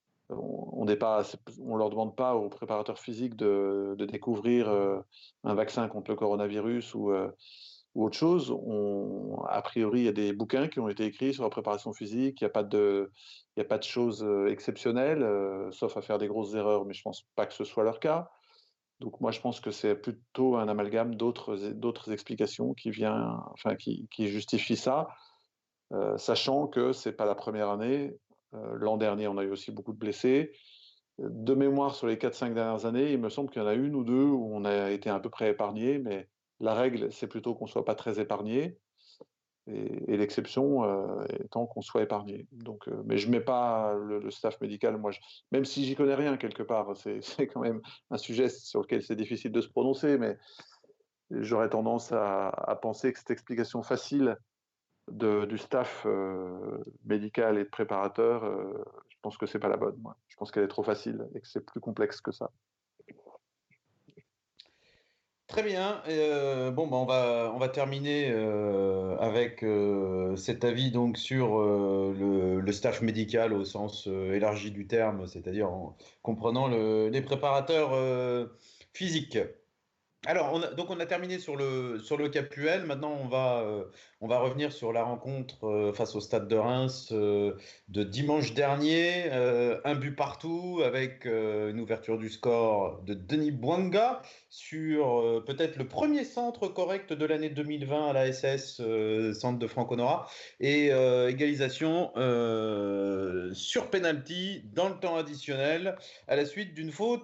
On leur demande pas aux préparateurs physiques de découvrir un vaccin contre le coronavirus ou autre chose. A priori, il y a des bouquins qui ont été écrits sur la préparation physique. Il y a pas de choses exceptionnelles, sauf à faire des grosses erreurs, mais je pense pas que ce soit leur cas. Donc moi, je pense que c'est plutôt un amalgame d'autres explications enfin, qui justifient ça, sachant que c'est pas la première année. L'an dernier, on a eu aussi beaucoup de blessés. De mémoire, sur les 4-5 dernières années, il me semble qu'il y en a une ou deux où on a été à peu près épargné, mais la règle, c'est plutôt qu'on ne soit pas très épargné, et l'exception étant qu'on soit épargné. Donc, mais je ne mets pas le staff médical, moi, même si j'y connais rien quelque part, c'est quand même un sujet sur lequel c'est difficile de se prononcer, mais j'aurais tendance à penser que cette explication facile du staff médical et de préparateur, je pense que c'est pas la bonne. Moi. Je pense qu'elle est trop facile et que c'est plus complexe que ça. Très bien. On va terminer avec cet avis donc sur le staff médical au sens élargi du terme, c'est-à-dire en comprenant les préparateurs physiques. Alors, donc on a terminé sur le Capuel. Maintenant, on va revenir sur la rencontre face au Stade de Reims de dimanche dernier. Un but partout avec une ouverture du score de Denis Bouanga sur peut-être le premier centre correct de l'année 2020 à la SS, centre de Franck Honora. Et égalisation sur penalty dans le temps additionnel à la suite d'une faute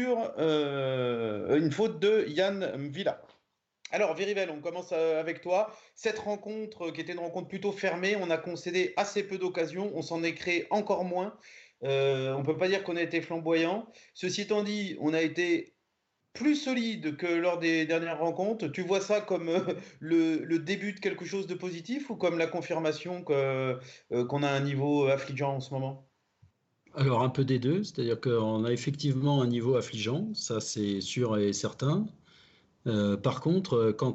une faute de Yann Mvila. Alors, Verivel, on commence avec toi. Cette rencontre, qui était une rencontre plutôt fermée, on a concédé assez peu d'occasions, on s'en est créé encore moins. On ne peut pas dire qu'on a été flamboyant. Ceci étant dit, on a été plus solide que lors des dernières rencontres. Tu vois ça comme le début de quelque chose de positif ou comme la confirmation qu'on a un niveau affligeant en ce moment? Alors un peu des deux, c'est-à-dire qu'on a effectivement un niveau affligeant, ça c'est sûr et certain. Par contre,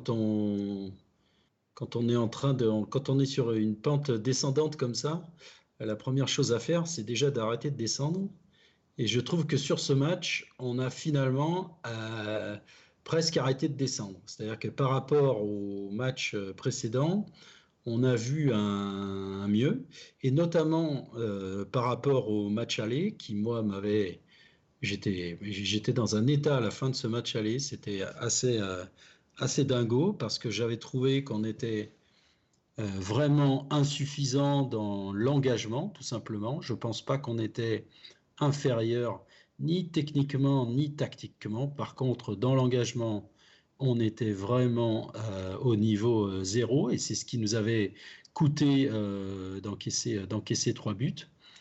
quand on est quand on est sur une pente descendante comme ça, la première chose à faire, c'est déjà d'arrêter de descendre. Et je trouve que sur ce match, on a finalement presque arrêté de descendre. C'est-à-dire que par rapport au match précédent, on a vu un mieux, et notamment par rapport au match aller, qui moi j'étais dans un état à la fin de ce match aller, c'était assez dingo, parce que j'avais trouvé qu'on était vraiment insuffisant dans l'engagement, tout simplement. Je ne pense pas qu'on était inférieur ni techniquement ni tactiquement. Par contre, dans l'engagement, on était vraiment au niveau zéro, et c'est ce qui nous avait coûté d'encaisser 3 buts.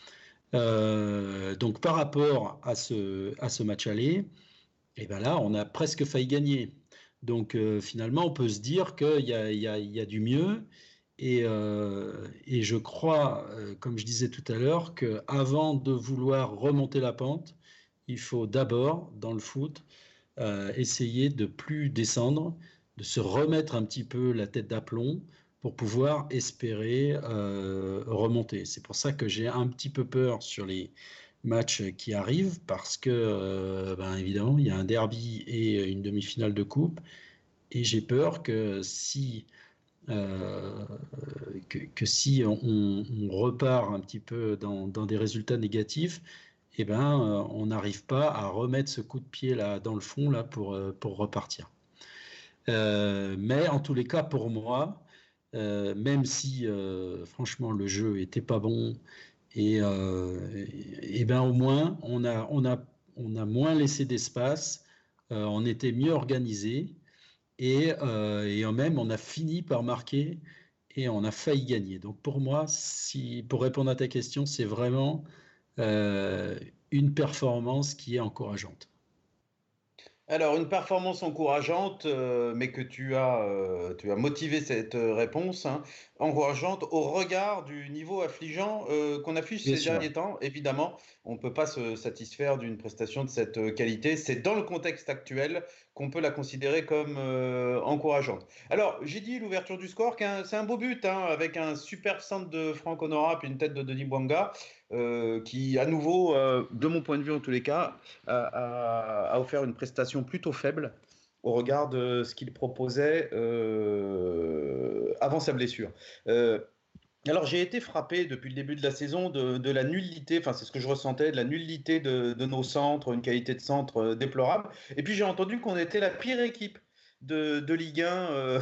Donc par rapport à ce match aller, et ben là, on a presque failli gagner. Donc finalement, on peut se dire qu'il y a du mieux. Et je crois, comme je disais tout à l'heure, qu'avant de vouloir remonter la pente, il faut d'abord, dans le foot, essayer de plus descendre, de se remettre un petit peu la tête d'aplomb pour pouvoir espérer remonter. C'est pour ça que j'ai un petit peu peur sur les matchs qui arrivent, parce que, ben, évidemment, il y a un derby et une demi-finale de coupe, et j'ai peur euh, que si on repart un petit peu dans des résultats négatifs, eh ben, on n'arrive pas à remettre ce coup de pied là dans le fond là pour repartir. Mais en tous les cas, pour moi, même si franchement le jeu était pas bon, et ben au moins on a moins laissé d'espace, on était mieux organisé, et même on a fini par marquer et on a failli gagner. Donc pour moi, pour répondre à ta question, c'est vraiment euh, une performance qui est encourageante. Alors, une performance encourageante, mais que tu as motivé cette réponse, hein, encourageante au regard du niveau affligeant qu'on affiche Bien ces sûr. derniers temps. Évidemment, on ne peut pas se satisfaire d'une prestation de cette qualité. C'est dans le contexte actuel qu'on peut la considérer comme encourageante. Alors, j'ai dit l'ouverture du score, c'est un beau but, hein, avec un superbe centre de Franck Honora puis une tête de Denis Bouanga, qui, à nouveau, de mon point de vue en tous les cas, a offert une prestation plutôt faible au regard de ce qu'il proposait avant sa blessure. Euh, alors j'ai été frappé depuis le début de la saison de la nullité, enfin c'est ce que je ressentais, de la nullité de nos centres, une qualité de centre déplorable. Et puis j'ai entendu qu'on était la pire équipe de Ligue 1.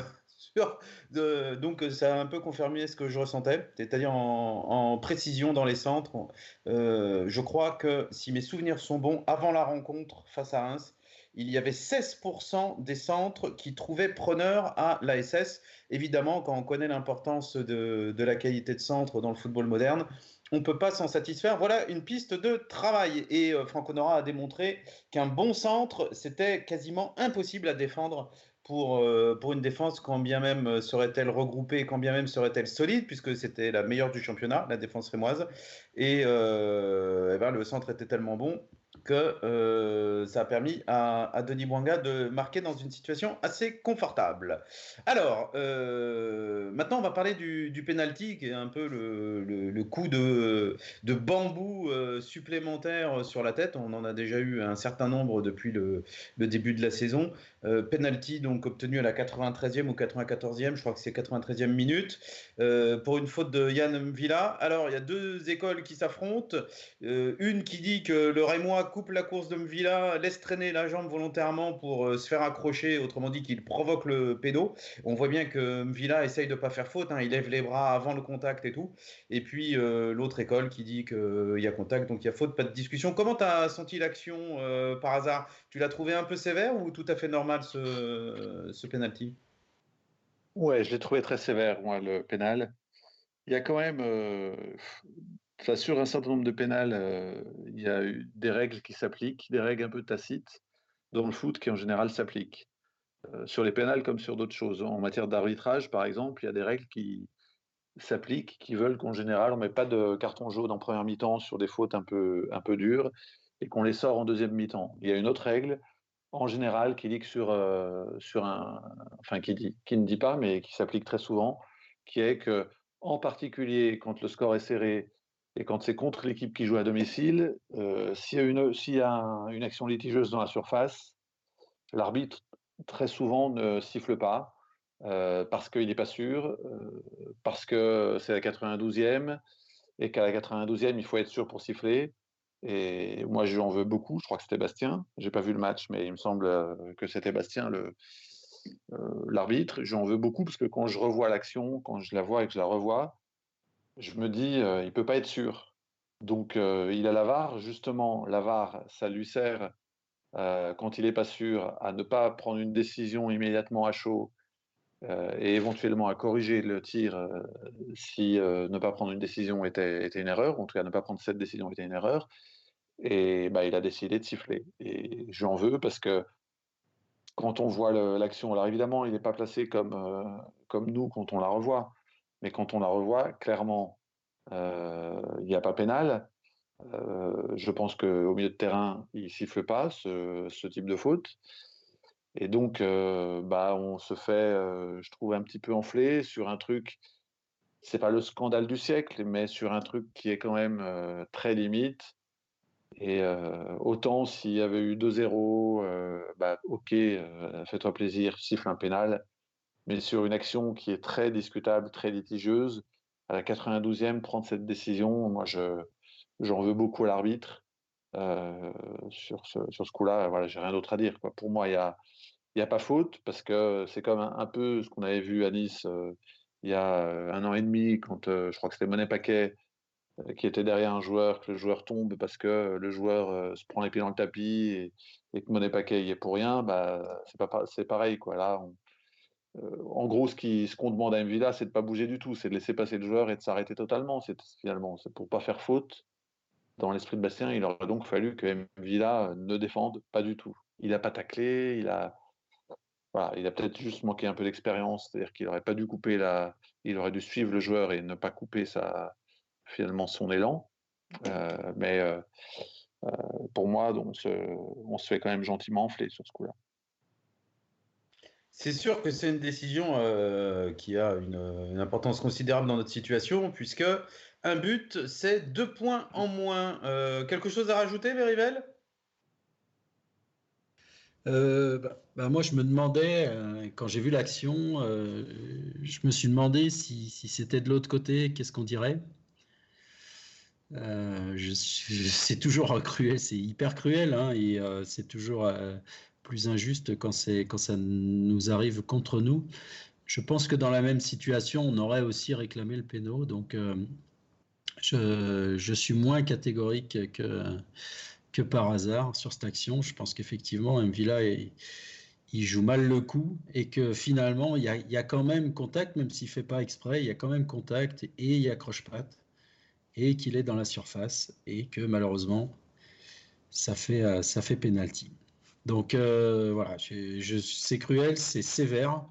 Donc ça a un peu confirmé ce que je ressentais, c'est-à-dire en précision dans les centres. Je crois que si mes souvenirs sont bons, avant la rencontre face à Reims, il y avait 16% des centres qui trouvaient preneur à l'ASS. Évidemment, quand on connaît l'importance de la qualité de centre dans le football moderne, on ne peut pas s'en satisfaire. Voilà une piste de travail. Et Franck Honora a démontré qu'un bon centre, c'était quasiment impossible à défendre pour une défense, quand bien même serait-elle regroupée, quand bien même serait-elle solide, puisque c'était la meilleure du championnat, la défense rémoise. Et ben, le centre était tellement bon que ça a permis à Denis Bouanga de marquer dans une situation assez confortable. Alors, maintenant, on va parler du penalty, qui est un peu le coup de bambou supplémentaire sur la tête. On en a déjà eu un certain nombre depuis le début de la saison. Penalty donc obtenu à la 93e ou 94e, je crois que c'est 93e minute, pour une faute de Yann M'Vila. Alors, il y a deux écoles qui s'affrontent. Une qui dit que le Rémois coupe la course de M'Vila, laisse traîner la jambe volontairement pour se faire accrocher, autrement dit qu'il provoque le pédo. On voit bien que M'Vila essaye de ne pas faire faute, hein, il lève les bras avant le contact et tout. Et puis l'autre école qui dit qu'il y a contact, donc il y a faute, pas de discussion. Comment tu as senti l'action par hasard? Tu l'as trouvé un peu sévère ou tout à fait normal ce penalty? Ouais, je l'ai trouvé très sévère, moi, le pénal. Il y a quand même, sur un certain nombre de pénals, il y a eu des règles qui s'appliquent, des règles un peu tacites dans le foot qui en général s'appliquent. Sur les pénals comme sur d'autres choses. En matière d'arbitrage, par exemple, il y a des règles qui s'appliquent, qui veulent qu'en général, on ne met pas de carton jaune en première mi-temps sur des fautes un peu dures et qu'on les sort en deuxième mi-temps. Il y a une autre règle, en général, qui dit que qui ne dit pas, mais qui s'applique très souvent, qui est que, en particulier quand le score est serré et quand c'est contre l'équipe qui joue à domicile, s'il y a une action litigieuse dans la surface, l'arbitre très souvent ne siffle pas parce qu'il n'est pas sûr, parce que c'est la 92e et qu'à la 92e, il faut être sûr pour siffler. Et moi, j'en veux beaucoup. Je crois que c'était Bastien. J'ai pas vu le match, mais il me semble que c'était Bastien, l'arbitre. J'en veux beaucoup parce que quand je revois l'action, quand je la vois et que je la revois, je me dis, il peut pas être sûr. Donc, il a la VAR. Justement, la VAR, ça lui sert quand il n'est pas sûr à ne pas prendre une décision immédiatement à chaud et éventuellement à corriger le tir si ne pas prendre une décision était une erreur, en tout cas ne pas prendre cette décision était une erreur. Et bah, il a décidé de siffler. Et j'en veux parce que quand on voit l'action, alors évidemment, il n'est pas placé comme nous quand on la revoit, mais quand on la revoit, clairement, il n'y a pas pénal. Je pense qu'au milieu de terrain, il ne siffle pas ce type de faute. Et donc, bah, on se fait, je trouve, un petit peu enflé sur un truc, c'est pas le scandale du siècle, mais sur un truc qui est quand même très limite. Et autant s'il y avait eu 2-0, bah, ok, fais-toi plaisir, siffle un pénal. Mais sur une action qui est très discutable, très litigieuse, à la 92e, prendre cette décision, moi, j'en veux beaucoup à l'arbitre. Sur ce coup-là, voilà, j'ai rien d'autre à dire, quoi. Pour moi, il y a pas faute, parce que c'est comme un peu ce qu'on avait vu à Nice il y a 1 an et demi, quand je crois que c'était Monet Paquet qui était derrière un joueur, que le joueur tombe parce que le joueur se prend les pieds dans le tapis et que Monet Paquet y est pour rien, bah, c'est pareil, quoi. Là, en gros, ce qu'on demande à M'Vila, c'est de pas bouger du tout, c'est de laisser passer le joueur et de s'arrêter totalement. Finalement, c'est pour pas faire faute. Dans l'esprit de Bastien, il aurait donc fallu que M'Vila ne défende pas du tout. Il n'a pas taclé, voilà, il a peut-être juste manqué un peu d'expérience, c'est-à-dire qu'il n'aurait pas dû il aurait dû suivre le joueur et ne pas couper finalement son élan. Mais pour moi, on se fait quand même gentiment enfler sur ce coup-là. C'est sûr que c'est une décision qui a une importance considérable dans notre situation, puisque un but, c'est 2 points en moins. Quelque chose à rajouter, Mérivel? Moi, je me demandais, quand j'ai vu l'action, je me suis demandé si c'était de l'autre côté, qu'est-ce qu'on dirait? C'est toujours cruel, c'est hyper cruel, hein, et c'est toujours plus injuste quand ça nous arrive contre nous. Je pense que dans la même situation, on aurait aussi réclamé le péno, donc je suis moins catégorique que par hasard sur cette action. Je pense qu'effectivement, M'Vila il joue mal le coup et que finalement, il y a quand même contact, même s'il ne fait pas exprès, il y a quand même contact et il y a croche-patte et qu'il est dans la surface et que malheureusement, ça fait penalty. Donc voilà, c'est cruel, c'est sévère,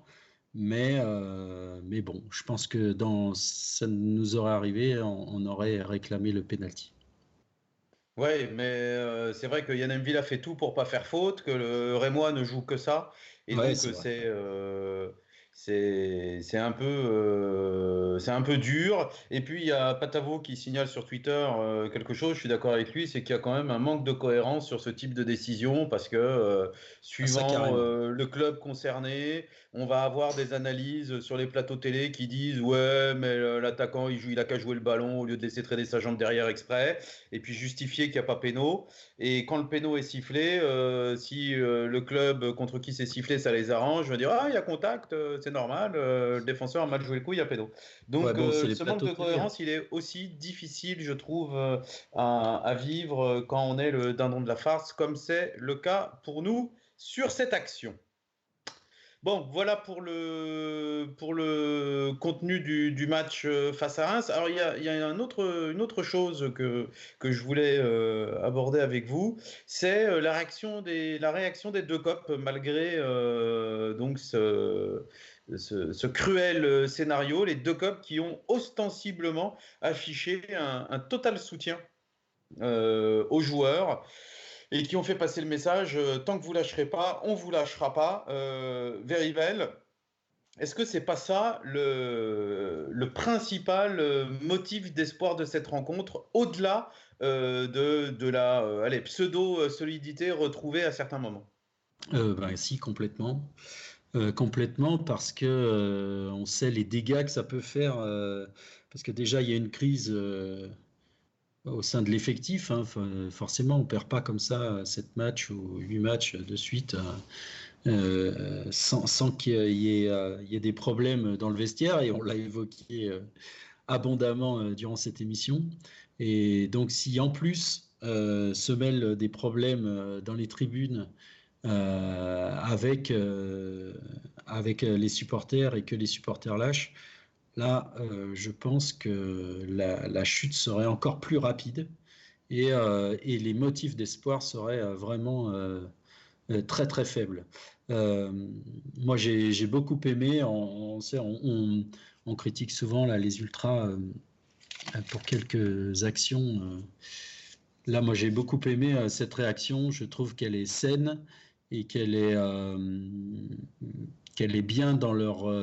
mais bon, je pense que ça nous aurait arrivé, on aurait réclamé le penalty. Ouais, mais c'est vrai que Yann M'Vila fait tout pour pas faire faute, que le Rémois ne joue que ça, et Ouais, donc c'est vrai. c'est un peu dur. Et puis il y a Patavo qui signale sur Twitter quelque chose. Je suis d'accord avec lui, c'est qu'il y a quand même un manque de cohérence sur ce type de décision parce que Ah, ça, suivant carrément. le club concerné, on va avoir des analyses sur les plateaux télé qui disent ouais, mais l'attaquant il a qu'à jouer le ballon au lieu de laisser traîner sa jambe derrière exprès et puis justifier qu'il n'y a pas péno. Et quand le péno est sifflé, si le club contre qui c'est sifflé, ça les arrange, je vais dire ah il y a contact, c'est normal, le défenseur a mal joué le coup, il y a péno. Ouais, Donc bon, c'est les ce manque plateaux de télé, hein. cohérence, il est aussi difficile, je trouve, à vivre quand on est le dindon de la farce, comme c'est le cas pour nous sur cette action. Bon, voilà pour le contenu du match face à Reims. Alors, il y a une autre chose que je voulais aborder avec vous, c'est la réaction des deux copes malgré donc ce cruel scénario. Les deux copes qui ont ostensiblement affiché un total soutien aux joueurs et qui ont fait passer le message tant que vous lâcherez pas, on vous lâchera pas. Verivel, est-ce que c'est pas ça le principal motif d'espoir de cette rencontre, au-delà de la allez, pseudo-solidité retrouvée à certains moments? Ben, si, complètement. Complètement, parce que on sait les dégâts que ça peut faire. Parce que déjà, il y a une crise au sein de l'effectif, hein. Forcément, on perd pas comme ça 7 matchs ou 8 matchs de suite sans qu'il y ait des problèmes dans le vestiaire. Et on l'a évoqué abondamment durant cette émission. Et donc, si en plus se mêlent des problèmes dans les tribunes avec les supporters et que les supporters lâchent, là, je pense que la chute serait encore plus rapide et les motifs d'espoir seraient vraiment très très faibles. Euh, Moi, j'ai beaucoup aimé. On critique souvent là, les ultras pour quelques actions. Là, moi, j'ai beaucoup aimé cette réaction. Je trouve qu'elle est saine et qu'elle est bien dans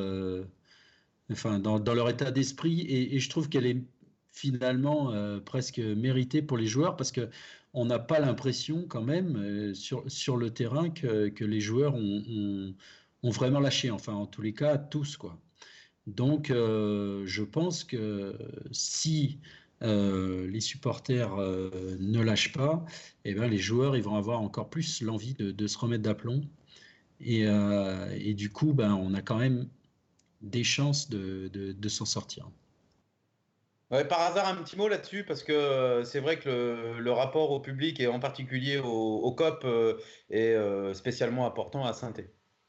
dans leur état d'esprit. Et je trouve qu'elle est finalement presque méritée pour les joueurs parce que on n'a pas l'impression quand même sur le terrain que les joueurs ont vraiment lâché. Enfin, en tous les cas, tous, quoi. Donc, je pense que si les supporters ne lâchent pas, eh ben, les joueurs ils vont avoir encore plus l'envie de se remettre d'aplomb. Et du coup, ben, on a quand même des chances de s'en sortir. Ouais, par hasard, un petit mot là-dessus, parce que c'est vrai que le rapport au public et en particulier au COP est spécialement important à Saint-Étienne.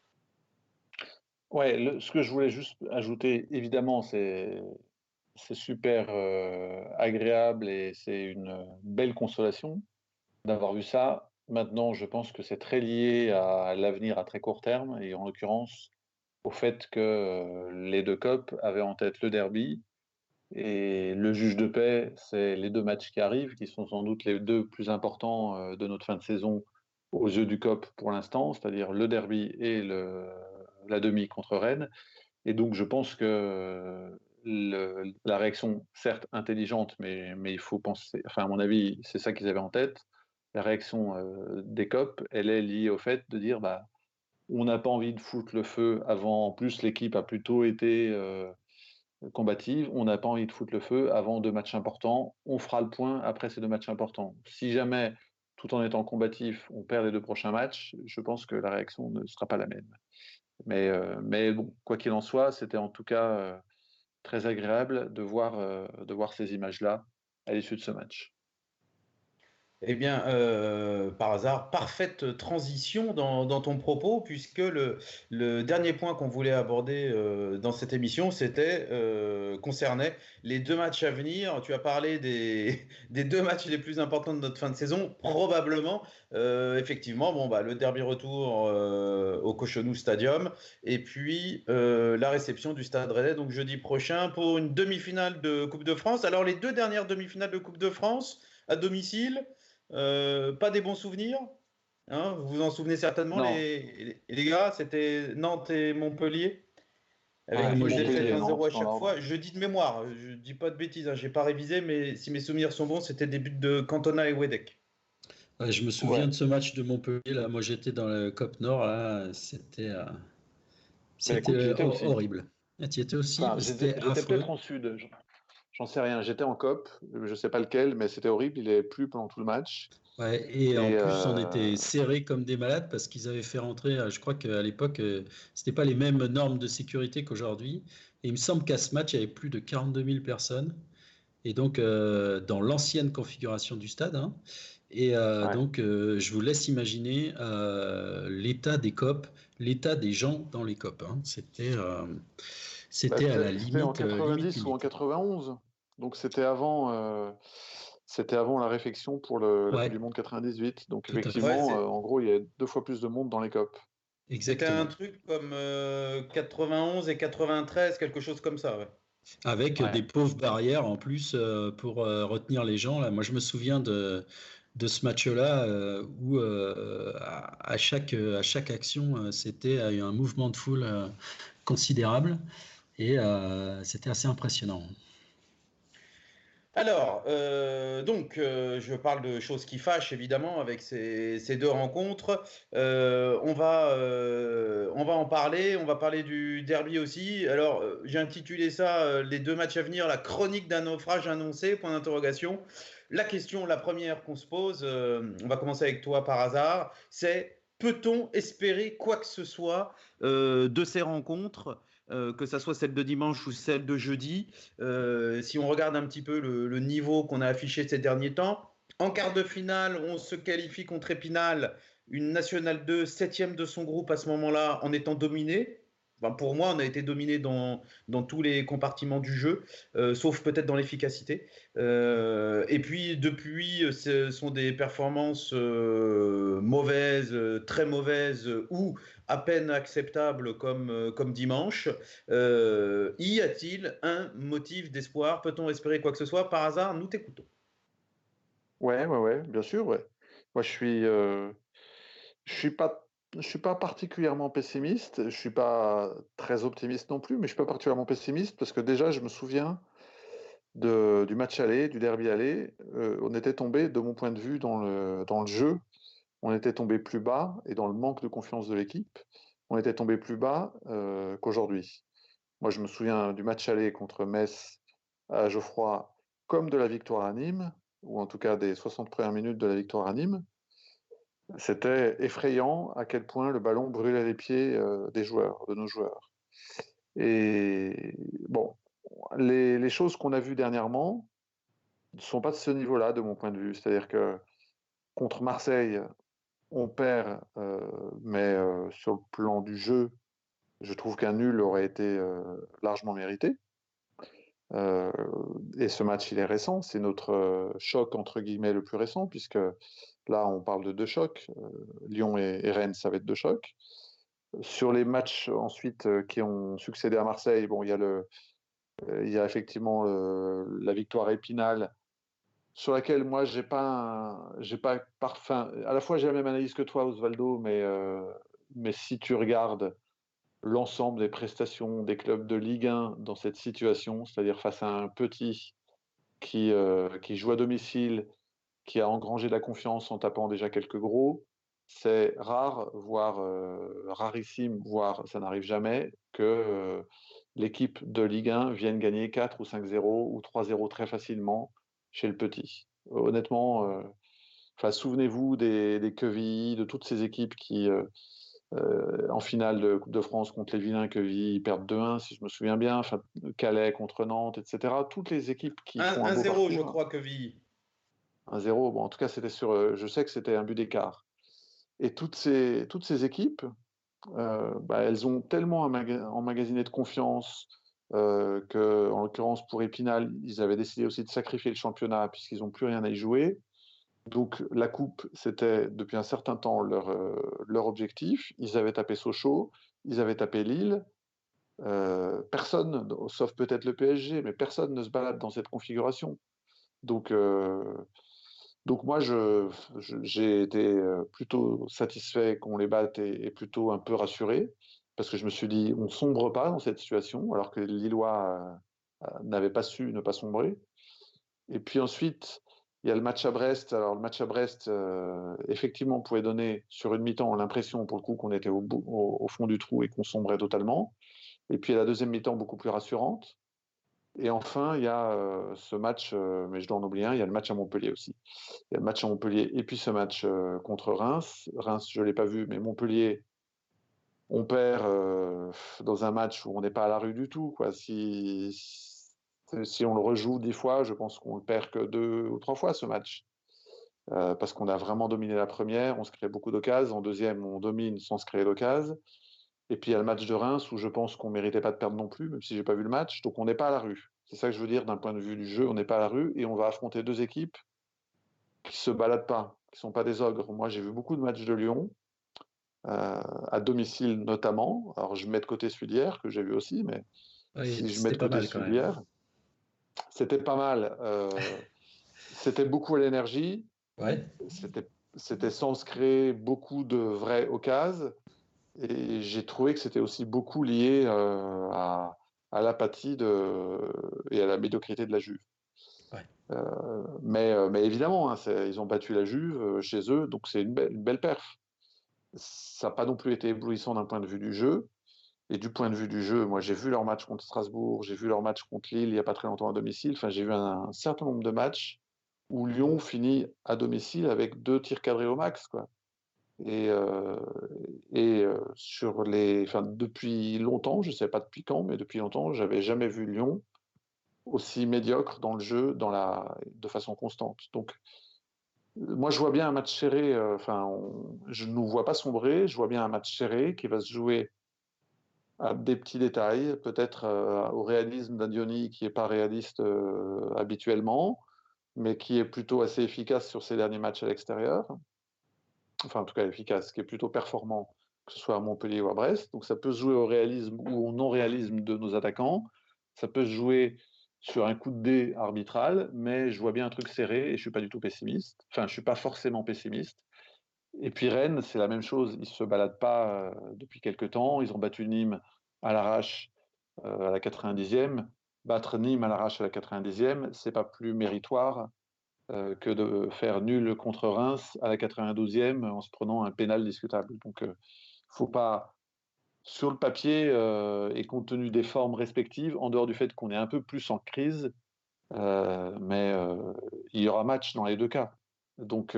Ouais, ce que je voulais juste ajouter, évidemment, c'est super agréable et c'est une belle consolation d'avoir vu ça. Maintenant, je pense que c'est très lié à l'avenir à très court terme et en l'occurrence au fait que les deux copes avaient en tête le derby et le juge de paix, c'est les deux matchs qui arrivent, qui sont sans doute les deux plus importants de notre fin de saison aux yeux du COP pour l'instant, c'est-à-dire le derby et la demi contre Rennes. Et donc, je pense que la réaction, certes intelligente, mais il faut penser, enfin, à mon avis, c'est ça qu'ils avaient en tête. La réaction des COP, elle est liée au fait de dire, bah, on n'a pas envie de foutre le feu avant. En plus, l'équipe a plutôt été combative. On n'a pas envie de foutre le feu avant deux matchs importants. On fera le point après ces deux matchs importants. Si jamais, tout en étant combatif, on perd les deux prochains matchs, je pense que la réaction ne sera pas la même. Mais bon, quoi qu'il en soit, c'était en tout cas très agréable de voir ces images-là à l'issue de ce match. Eh bien, par hasard, parfaite transition dans ton propos, puisque le dernier point qu'on voulait aborder dans cette émission, concernait les deux matchs à venir. Tu as parlé des deux matchs les plus importants de notre fin de saison, probablement. Effectivement, bon, bah, le derby retour au Cochonou Stadium, et puis la réception du Stade Rennais, donc jeudi prochain, pour une demi-finale de Coupe de France. Alors, les deux dernières demi-finales de Coupe de France à domicile. Pas des bons souvenirs. Hein, vous vous en souvenez certainement, Non, les gars, c'était Nantes et Montpellier, avec Ouais, une moi défaite Montpellier, 1-0 Nantes, à dans chaque l'ordre. fois. Je dis de mémoire, je dis pas de bêtises, hein, j'ai pas révisé, mais si mes souvenirs sont bons, c'était des buts de Cantona et Wedek. ouais, je me souviens Ouais. de ce match de Montpellier. Là, moi, j'étais dans le COP Nord. Là, Ben écoute, j'y c'était étais aussi. horrible. Ah, tu y étais aussi, Enfin, mais j'étais c'était j'étais affreux. peut-être en sud, j'en sais rien. J'étais en COP, je sais pas lequel, mais c'était horrible. Il est plu pendant tout le match. Ouais, et en Et plus, on était serrés comme des malades parce qu'ils avaient fait rentrer, je crois qu'à l'époque, c'était pas les mêmes normes de sécurité qu'aujourd'hui. Et il me semble qu'à ce match, il y avait plus de 42 000 personnes. Et donc, dans l'ancienne configuration du stade, hein. Et ouais. donc, je vous laisse imaginer l'état des COP, l'état des gens dans les COP, hein. Bah, C'était à la c'était en limite, limite, 90 ou en limite. 91. Donc c'était avant la réfection pour la Coupe Ouais, du Monde 98. Donc tout à fait. Ouais, effectivement, en gros, il y a 2 fois plus de monde dans les COP. c'était un Exactement. truc comme 91 et 93, quelque chose comme ça. Ouais. Avec des Ouais. pauvres barrières en plus pour retenir les gens. Là. Moi, je me souviens de ce match-là où à chaque action, c'était un mouvement de foule considérable et c'était assez impressionnant. Alors, je parle de choses qui fâchent évidemment avec ces deux rencontres. On va en parler. On va parler du derby aussi. Alors, j'ai intitulé ça les deux matchs à venir, la chronique d'un naufrage annoncé, point d'interrogation. La question, la première qu'on se pose, on va commencer avec toi par hasard, c'est peut-on espérer quoi que ce soit de ces rencontres, que ça soit celle de dimanche ou celle de jeudi? Si on regarde un petit peu le niveau qu'on a affiché ces derniers temps, en quart de finale, on se qualifie contre Épinal, une Nationale 2, septième de son groupe à ce moment-là, en étant dominé. Enfin, pour moi, on a été dominé dans tous les compartiments du jeu, sauf peut-être dans l'efficacité. Et puis, depuis, ce sont des performances mauvaises, très mauvaises, ou à peine acceptables comme dimanche. Y a-t-il un motif d'espoir? Peut-on espérer quoi que ce soit? Par hasard, nous t'écoutons. Ouais, ouais, ouais, bien sûr, ouais. Moi, je suis pas, je suis pas particulièrement pessimiste. Je suis pas très optimiste non plus, mais je suis pas particulièrement pessimiste parce que déjà, je me souviens du match aller, du derby aller. On était tombé, de mon point de vue, dans le jeu, on était tombé plus bas et dans le manque de confiance de l'équipe, on était tombé plus bas qu'aujourd'hui. Moi, je me souviens du match aller contre Metz à Geoffroy, comme de la victoire à Nîmes, ou en tout cas des 60 premières minutes de la victoire à Nîmes. C'était effrayant à quel point le ballon brûlait les pieds des joueurs, de nos joueurs. Et bon, les choses qu'on a vues dernièrement ne sont pas de ce niveau-là, de mon point de vue. C'est-à-dire que contre Marseille, on perd, mais sur le plan du jeu, je trouve qu'un nul aurait été largement mérité. Euh, et ce match, il est récent, c'est notre choc entre guillemets le plus récent, puisque là, on parle de deux chocs. Lyon et Rennes, ça va être deux chocs. Sur les matchs ensuite qui ont succédé à Marseille, bon, il y a effectivement la victoire Épinal, sur laquelle moi, j'ai pas parfum. À la fois, j'ai la même analyse que toi, Osvaldo, mais si tu regardes l'ensemble des prestations des clubs de Ligue 1 dans cette situation, c'est-à-dire face à un petit qui joue à domicile, qui a engrangé de la confiance en tapant déjà quelques gros, c'est rare, voire rarissime, voire ça n'arrive jamais, que l'équipe de Ligue 1 vienne gagner 4 ou 5-0 ou 3-0 très facilement chez le petit. Honnêtement, souvenez-vous des Quevilly, de toutes ces équipes qui, en finale de Coupe de France contre les vilains Quevilly, ils perdent 2-1, si je me souviens bien, enfin, Calais contre Nantes, etc. Toutes les équipes qui font un beau 1-0, je parcours, crois que Ville. 1-0, bon, en tout cas, c'était sur, je sais que c'était un but d'écart. Et toutes ces équipes, elles ont tellement emmagasiné de confiance que, en l'occurrence pour Épinal, ils avaient décidé aussi de sacrifier le championnat puisqu'ils n'ont plus rien à y jouer. Donc la coupe, c'était depuis un certain temps leur objectif. Ils avaient tapé Sochaux, ils avaient tapé Lille. Personne, sauf peut-être le PSG, mais personne ne se balade dans cette configuration. Donc Donc moi, j'ai été plutôt satisfait qu'on les batte et plutôt un peu rassuré, parce que je me suis dit, on sombre pas dans cette situation, alors que les Lillois n'avaient pas su ne pas sombrer. Et puis ensuite, il y a le match à Brest. Alors le match à Brest, effectivement, on pouvait donner sur une mi-temps l'impression, pour le coup, qu'on était au fond du trou et qu'on sombrait totalement. Et puis la deuxième mi-temps, beaucoup plus rassurante. Et enfin, il y a ce match, mais je dois en oublier un, il y a le match à Montpellier aussi. Il y a le match à Montpellier et puis ce match contre Reims. Reims, je ne l'ai pas vu, mais Montpellier, on perd dans un match où on n'est pas à la rue du tout, quoi. Si on le rejoue 10 fois, je pense qu'on le perd que 2 ou 3 fois ce match. Parce qu'on a vraiment dominé la première, on se crée beaucoup d'occasions. En deuxième, on domine sans se créer d'occasions. Et puis il y a le match de Reims où je pense qu'on ne méritait pas de perdre non plus, même si je n'ai pas vu le match. Donc on n'est pas à la rue. C'est ça que je veux dire d'un point de vue du jeu, on n'est pas à la rue et on va affronter deux équipes qui ne se baladent pas, qui ne sont pas des ogres. Moi j'ai vu beaucoup de matchs de Lyon, à domicile notamment. Alors je mets de côté celui d'hier, que j'ai vu aussi, mais Oui, si je mets c'était de pas côté mal quand celui même. d'hier, c'était pas mal. C'était beaucoup à l'énergie, Ouais. c'était sans se créer beaucoup de vraies occasions. Et j'ai trouvé que c'était aussi beaucoup lié à l'apathie et à la médiocrité de la Juve. Ouais. Mais évidemment, hein, ils ont battu la Juve chez eux, donc c'est une belle perf. Ça n'a pas non plus été éblouissant d'un point de vue du jeu. Et du point de vue du jeu, moi j'ai vu leur match contre Strasbourg, j'ai vu leur match contre Lille il n'y a pas très longtemps à domicile. Enfin, j'ai vu un certain nombre de matchs où Lyon finit à domicile avec 2 tirs cadrés au max, quoi. Et, euh, depuis longtemps, je ne sais pas depuis quand, mais depuis longtemps, j'avais jamais vu Lyon aussi médiocre dans le jeu, de façon constante. Donc, moi, je vois bien un match serré. Je ne nous vois pas sombrer. Je vois bien un match serré qui va se jouer à des petits détails, peut-être au réalisme d'un Diony qui n'est pas réaliste habituellement, mais qui est plutôt assez efficace sur ses derniers matchs à l'extérieur. Enfin, en tout cas, efficace, qui est plutôt performant, que ce soit à Montpellier ou à Brest. Donc, ça peut se jouer au réalisme ou au non-réalisme de nos attaquants. Ça peut se jouer sur un coup de dé arbitral, mais je vois bien un truc serré et je ne suis pas du tout pessimiste. Enfin, je ne suis pas forcément pessimiste. Et puis Rennes, c'est la même chose. Ils ne se baladent pas depuis quelques temps. Ils ont battu Nîmes à l'arrache à la 90e. Battre Nîmes à l'arrache à la 90e, c'est pas plus méritoire que de faire nul contre Reims à la 92e en se prenant un pénal discutable. Donc, faut pas, sur le papier et compte tenu des formes respectives, en dehors du fait qu'on est un peu plus en crise, mais il y aura match dans les deux cas. Donc,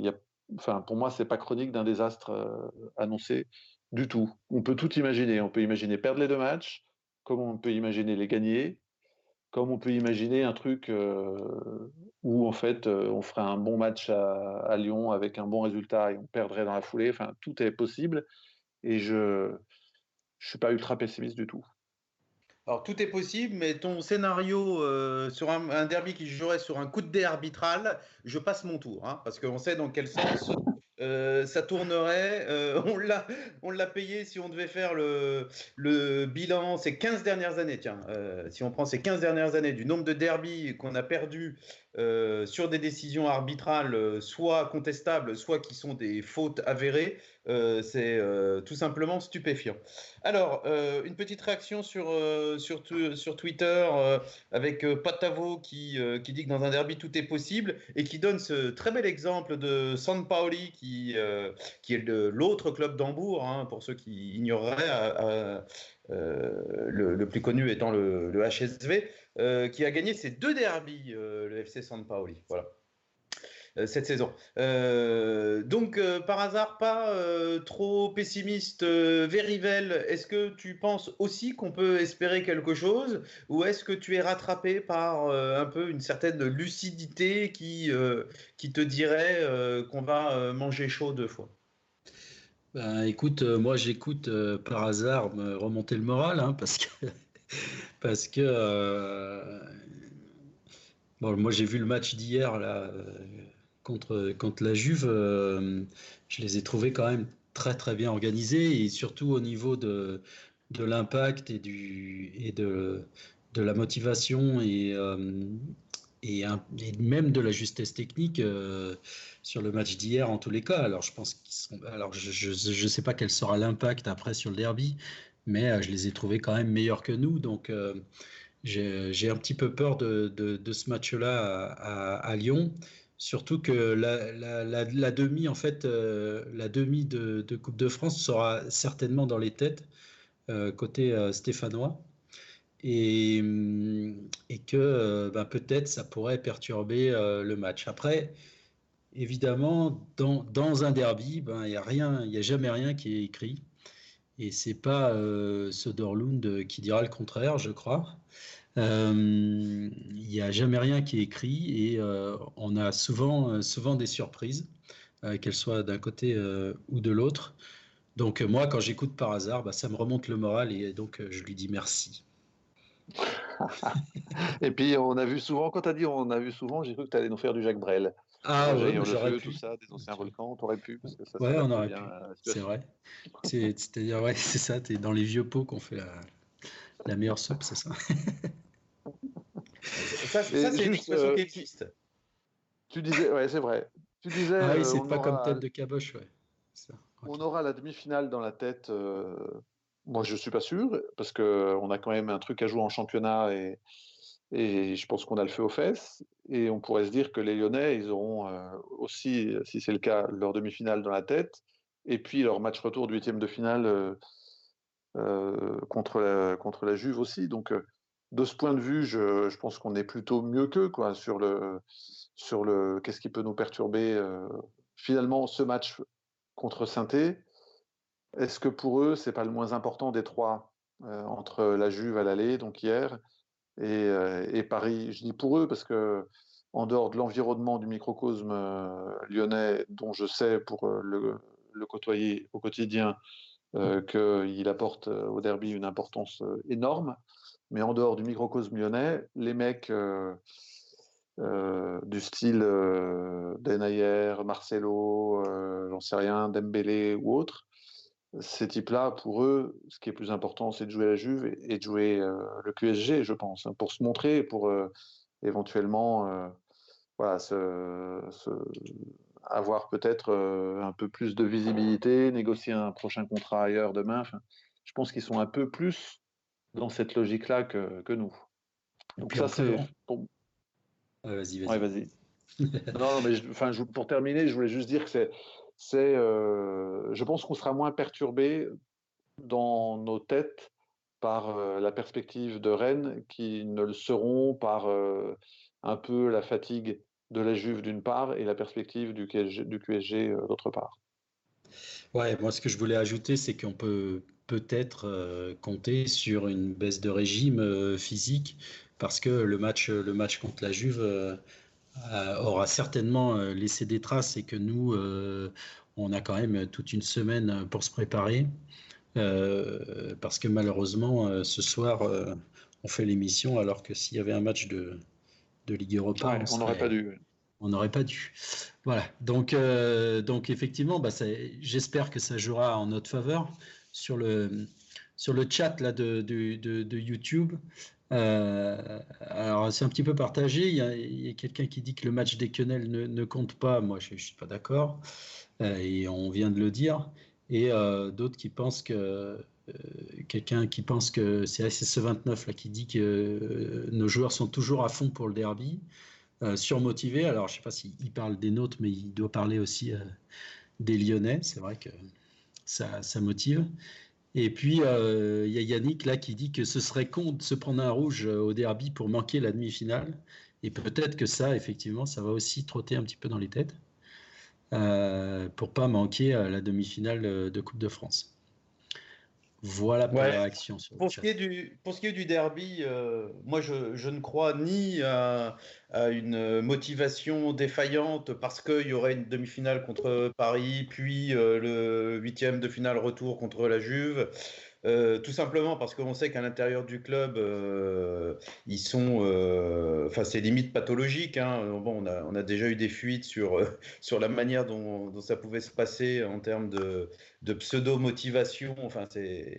pour moi, c'est pas chronique d'un désastre annoncé du tout. On peut tout imaginer. On peut imaginer perdre les deux matchs, comme on peut imaginer les gagner, comme on peut imaginer un truc où en fait on ferait un bon match à Lyon avec un bon résultat et on perdrait dans la foulée. Enfin, tout est possible et je suis pas ultra pessimiste du tout. Alors, tout est possible, mais ton scénario sur un derby qui jouerait sur un coup de dé arbitral, je passe mon tour, hein, parce qu'on sait dans quel sens ça tournerait. On l'a payé si on devait faire le bilan ces 15 dernières années. Tiens, si on prend ces 15 dernières années du nombre de derbies qu'on a perdus sur des décisions arbitrales, soit contestables, soit qui sont des fautes avérées, c'est tout simplement stupéfiant. Alors, une petite réaction sur Twitter avec Patavo qui dit que dans un derby tout est possible et qui donne ce très bel exemple de San Paoli qui est l'autre club d'Hambourg, hein, pour ceux qui ignoreraient, le plus connu étant le HSV, qui a gagné ses 2 derbies, le FC San Paoli. Voilà. Cette saison. Donc, par hasard, pas trop pessimiste, Verivel, est-ce que tu penses aussi qu'on peut espérer quelque chose ou est-ce que tu es rattrapé par un peu une certaine lucidité qui te dirait qu'on va manger chaud 2 fois? Ben, écoute, moi j'écoute par hasard me remonter le moral, hein, parce que bon, moi j'ai vu le match d'hier là contre la Juve. Je les ai trouvés quand même très très bien organisés et surtout au niveau de l'impact et de la motivation et même de la justesse technique sur le match d'hier en tous les cas. Alors je pense qu'ils seront. Alors je sais pas quel sera l'impact après sur le derby, mais je les ai trouvés quand même meilleurs que nous. Donc j'ai un petit peu peur de ce match-là à Lyon. Surtout que la demi, en fait, la demi de Coupe de France sera certainement dans les têtes côté stéphanois et que ben, peut-être ça pourrait perturber le match. Après, évidemment, dans un derby, ben, il n'y a rien, il y a jamais rien qui est écrit. Et c'est pas Söderlund qui dira le contraire, je crois. Il n'y a jamais rien qui est écrit et on a souvent des surprises, qu'elles soient d'un côté ou de l'autre. Donc moi, quand j'écoute par hasard, bah, ça me remonte le moral et donc je lui dis merci. Et puis, on a vu souvent, quand tu as dit on a vu souvent, j'ai cru que tu allais nous faire du Jacques Brel. Ah ouais, mais Rejaillir le j'aurais feu, pu. tout ça, des anciens volcans, t'aurais pu, parce que ça Ouais, on s'adapte aurait bien pu. à la C'est situation. vrai. C'est-à-dire, ouais, c'est ça, t'es dans les vieux pots qu'on fait la meilleure soupe, c'est ça. Ça, Et c'est une juste, expression qui existe. tu disais, ouais, c'est vrai. Tu disais, Ah oui, c'est pas comme tête de caboche, ouais. Ça, on ok. aura la demi-finale dans la tête. Moi, je suis pas sûr, parce qu'on a quand même un truc à jouer en championnat et je pense qu'on a le feu aux fesses. Et on pourrait se dire que les Lyonnais, ils auront aussi, si c'est le cas, leur demi-finale dans la tête. Et puis leur match retour du huitième de finale contre la Juve aussi. Donc, de ce point de vue, je pense qu'on est plutôt mieux qu'eux, quoi, sur le qu'est-ce qui peut nous perturber. Finalement, ce match contre Saint-Étienne, est-ce que pour eux, c'est pas le moins important des trois entre la Juve à l'aller, donc hier, et Paris? Je dis pour eux parce que en dehors de l'environnement du microcosme lyonnais, dont je sais pour le côtoyer au quotidien, qu'il apporte au derby une importance énorme. Mais en dehors du microcosme lyonnais, les mecs du style Denayer, Marcelo, j'en sais rien, Dembélé ou autre, ces types-là, pour eux, ce qui est plus important, c'est de jouer la Juve et de jouer le QSG, je pense, hein, pour se montrer, pour éventuellement voilà, avoir peut-être un peu plus de visibilité, négocier un prochain contrat ailleurs demain. Enfin, je pense qu'ils sont un peu plus dans cette logique-là que nous. Et Donc puis ça, en plus, c'est... vas-y, Ouais, vas-y. vas-y. Non, mais pour terminer, je voulais juste dire que je pense qu'on sera moins perturbé dans nos têtes par la perspective de Rennes qui ne le seront par un peu la fatigue de la Juve d'une part et la perspective du QSG d'autre part. Ouais, moi ce que je voulais ajouter, c'est qu'on peut peut-être compter sur une baisse de régime physique parce que le match contre la Juve aura certainement laissé des traces et que nous, on a quand même toute une semaine pour se préparer parce que malheureusement, ce soir, on fait l'émission alors que s'il y avait un match de Ligue Europa, Ouais, on n'aurait pas dû. on n'aurait pas dû. Voilà. Donc effectivement, bah, j'espère que ça jouera en notre faveur sur le chat là de YouTube. Alors c'est un petit peu partagé. Il y a quelqu'un qui dit que le match des quenelles ne compte pas. Moi, je suis pas d'accord. Et on vient de le dire. Et d'autres qui pensent que quelqu'un qui pense que c'est ACC29 là qui dit que nos joueurs sont toujours à fond pour le derby surmotivé. Alors, je ne sais pas s'il parle des nôtres, mais il doit parler aussi des Lyonnais. C'est vrai que ça motive. Et puis, il y a Yannick là qui dit que ce serait con de se prendre un rouge au derby pour manquer la demi-finale. Et peut-être que ça, effectivement, ça va aussi trotter un petit peu dans les têtes pour pas manquer la demi-finale de Coupe de France. Voilà pour Ouais. les réactions sur le Pour ce chat. qui est du derby, moi je ne crois ni à une motivation défaillante parce qu'il y aurait une demi-finale contre Paris, puis le huitième de finale retour contre la Juve. Tout simplement parce qu'on sait qu'à l'intérieur du club, ils sont, enfin c'est limite pathologique, hein. Bon, on a déjà eu des fuites sur, sur la manière dont ça pouvait se passer en termes de pseudo-motivation. Enfin,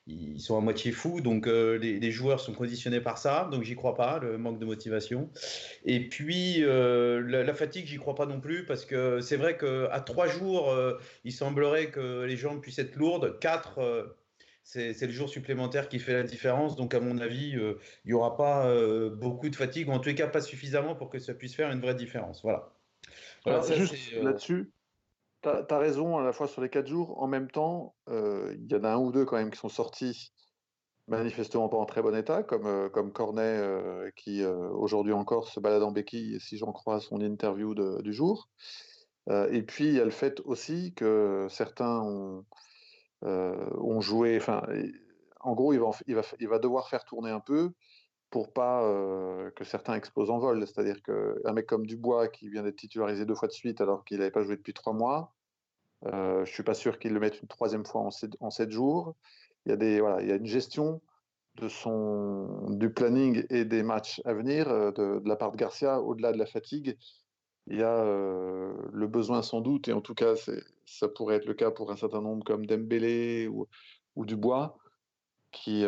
ils sont à moitié fous, donc les joueurs sont conditionnés par ça, donc j'y crois pas, le manque de motivation. Et puis la fatigue, j'y crois pas non plus, parce que c'est vrai qu'à 3 jours, il semblerait que les jambes puissent être lourdes. 4, c'est le jour supplémentaire qui fait la différence, donc à mon avis, il n'y aura pas beaucoup de fatigue, ou en tous les cas pas suffisamment pour que ça puisse faire une vraie différence. Voilà. Voilà, Alors, ça juste c'est. là-dessus, tu as raison à la fois sur les 4 jours. En même temps, il y en a un ou deux quand même qui sont sortis manifestement pas en très bon état, comme Cornet, qui aujourd'hui encore se balade en béquille, si j'en crois son interview du jour. Et puis il y a le fait aussi que certains ont joué. Enfin, en gros, il va devoir faire tourner un peu pour pas que certains explosent en vol. C'est-à-dire qu'un mec comme Dubois, qui vient d'être titularisé 2 fois de suite alors qu'il n'avait pas joué depuis 3 mois, je suis pas sûr qu'il le mette une 3e fois en 7 jours. Voilà, il y a une gestion du planning et des matchs à venir de la part de Garcia, au-delà de la fatigue. Il y a le besoin sans doute, et en tout cas ça pourrait être le cas pour un certain nombre comme Dembélé ou Dubois, qui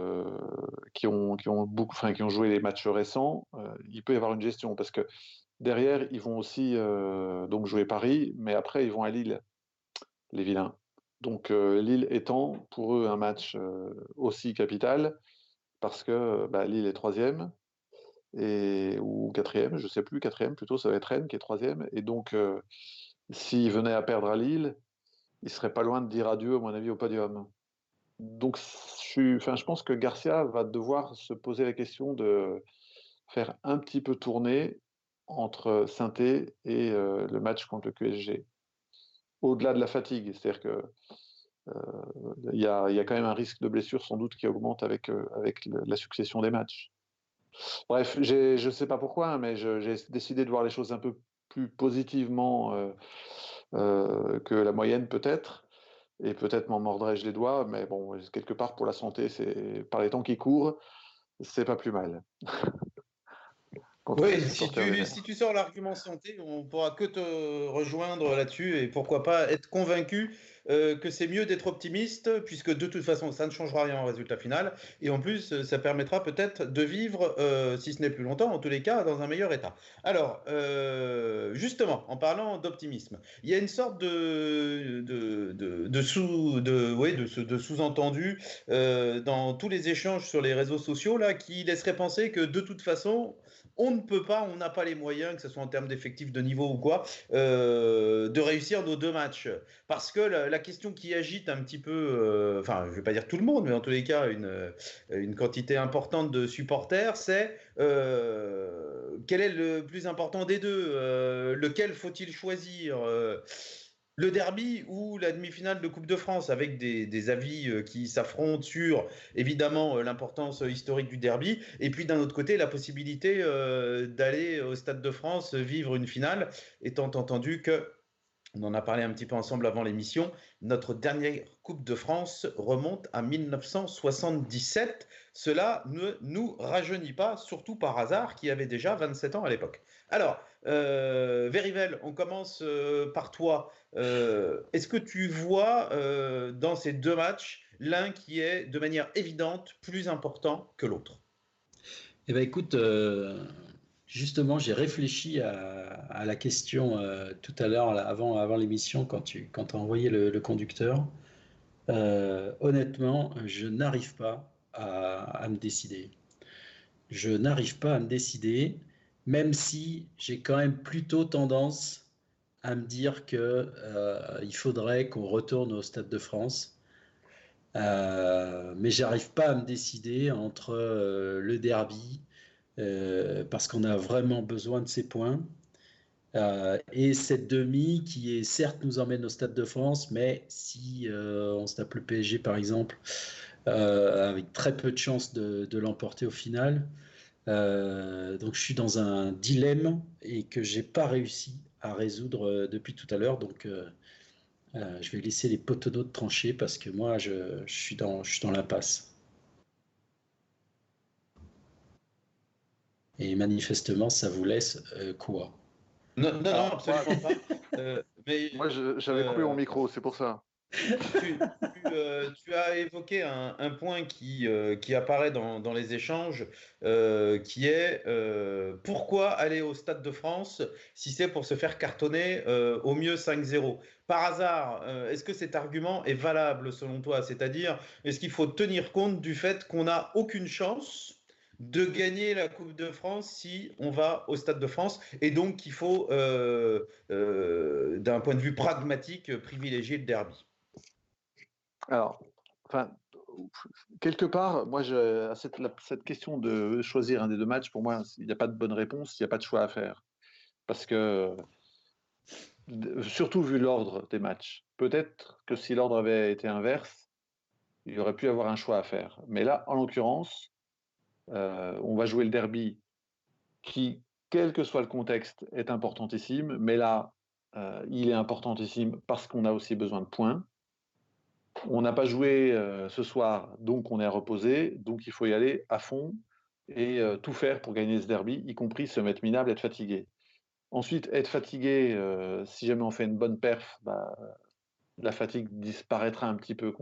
ont joué les matchs récents. Il peut y avoir une gestion, parce que derrière, ils vont aussi donc jouer Paris, mais après, ils vont à Lille, les vilains. Donc Lille étant pour eux un match aussi capital, parce que Lille est 3e, ou 4e, je ne sais plus, 4e plutôt, ça va être Rennes qui est 3e. Et donc, s'ils venaient à perdre à Lille, ils ne seraient pas loin de dire adieu, à mon avis, au podium. Donc, je pense que Garcia va devoir se poser la question de faire un petit peu tourner entre Saint-Étienne et le match contre le QSG. Au-delà de la fatigue, c'est-à-dire que il y a quand même un risque de blessure sans doute qui augmente avec la succession des matchs. Bref, je ne sais pas pourquoi, mais j'ai décidé de voir les choses un peu plus positivement que la moyenne peut-être, et peut-être m'en mordrai-je les doigts, mais bon, quelque part pour la santé, c'est par les temps qui courent, c'est pas plus mal. Oui, si tu sors l'argument santé, on pourra que te rejoindre là-dessus et pourquoi pas être convaincu que c'est mieux d'être optimiste, puisque de toute façon, ça ne changera rien au résultat final. Et en plus, ça permettra peut-être de vivre, si ce n'est plus longtemps, en tous les cas, dans un meilleur état. Alors, justement, en parlant d'optimisme, il y a une sorte de sous-entendu dans tous les échanges sur les réseaux sociaux là, qui laisserait penser que de toute façon, on ne peut pas, on n'a pas les moyens, que ce soit en termes d'effectifs de niveau ou quoi, de réussir nos 2 matchs. Parce que la question qui agite un petit peu, enfin, je ne vais pas dire tout le monde, mais en tous les cas, une quantité importante de supporters, c'est quel est le plus important des deux, lequel faut-il choisir, le derby ou la demi-finale de Coupe de France, avec des avis qui s'affrontent sur, évidemment, l'importance historique du derby, et puis d'un autre côté, la possibilité d'aller au Stade de France vivre une finale, étant entendu que, on en a parlé un petit peu ensemble avant l'émission, notre dernière Coupe de France remonte à 1977. Cela ne nous rajeunit pas, surtout par hasard, qui avait déjà 27 ans à l'époque. Alors, Verivel, on commence par toi. Est-ce que tu vois dans ces 2 matchs l'un qui est de manière évidente plus important que l'autre? Eh bien, écoute, justement, j'ai réfléchi à la question tout à l'heure, avant l'émission, quand tu as envoyé le conducteur. Honnêtement, je n'arrive pas à me décider. Je n'arrive pas à me décider, même si j'ai quand même plutôt tendance à me dire que il faudrait qu'on retourne au Stade de France. Mais j'arrive pas à me décider entre le derby, parce qu'on a vraiment besoin de ces points, et cette demi qui est certes nous emmène au Stade de France, mais si on se tape le PSG par exemple, avec très peu de chances de l'emporter au final. Donc je suis dans un dilemme et que j'ai pas réussi à résoudre depuis tout à l'heure. Donc je vais laisser les poteaux trancher parce que moi je suis dans l'impasse. Et manifestement ça vous laisse quoi? Non, non, non, absolument pas. Moi, j'avais coupé mon micro, c'est pour ça. Tu as évoqué un point qui apparaît dans les échanges, qui est pourquoi aller au Stade de France si c'est pour se faire cartonner au mieux 5-0? Par hasard, est-ce que cet argument est valable selon toi? C'est-à-dire, est-ce qu'il faut tenir compte du fait qu'on n'a aucune chance de gagner la Coupe de France si on va au Stade de France et donc qu'il faut, d'un point de vue pragmatique, privilégier le derby? Alors, enfin, quelque part, moi, cette question de choisir un des deux matchs, pour moi, il n'y a pas de bonne réponse, il n'y a pas de choix à faire. Parce que, surtout vu l'ordre des matchs, peut-être que si l'ordre avait été inverse, il y aurait pu avoir un choix à faire. Mais là, en l'occurrence, on va jouer le derby qui, quel que soit le contexte, est importantissime. Mais là, il est importantissime parce qu'on a aussi besoin de points. On n'a pas joué ce soir, donc on est à reposer, donc il faut y aller à fond et tout faire pour gagner ce derby, y compris se mettre minable, être fatigué. Ensuite, être fatigué, si jamais on fait une bonne perf, bah, la fatigue disparaîtra un petit peu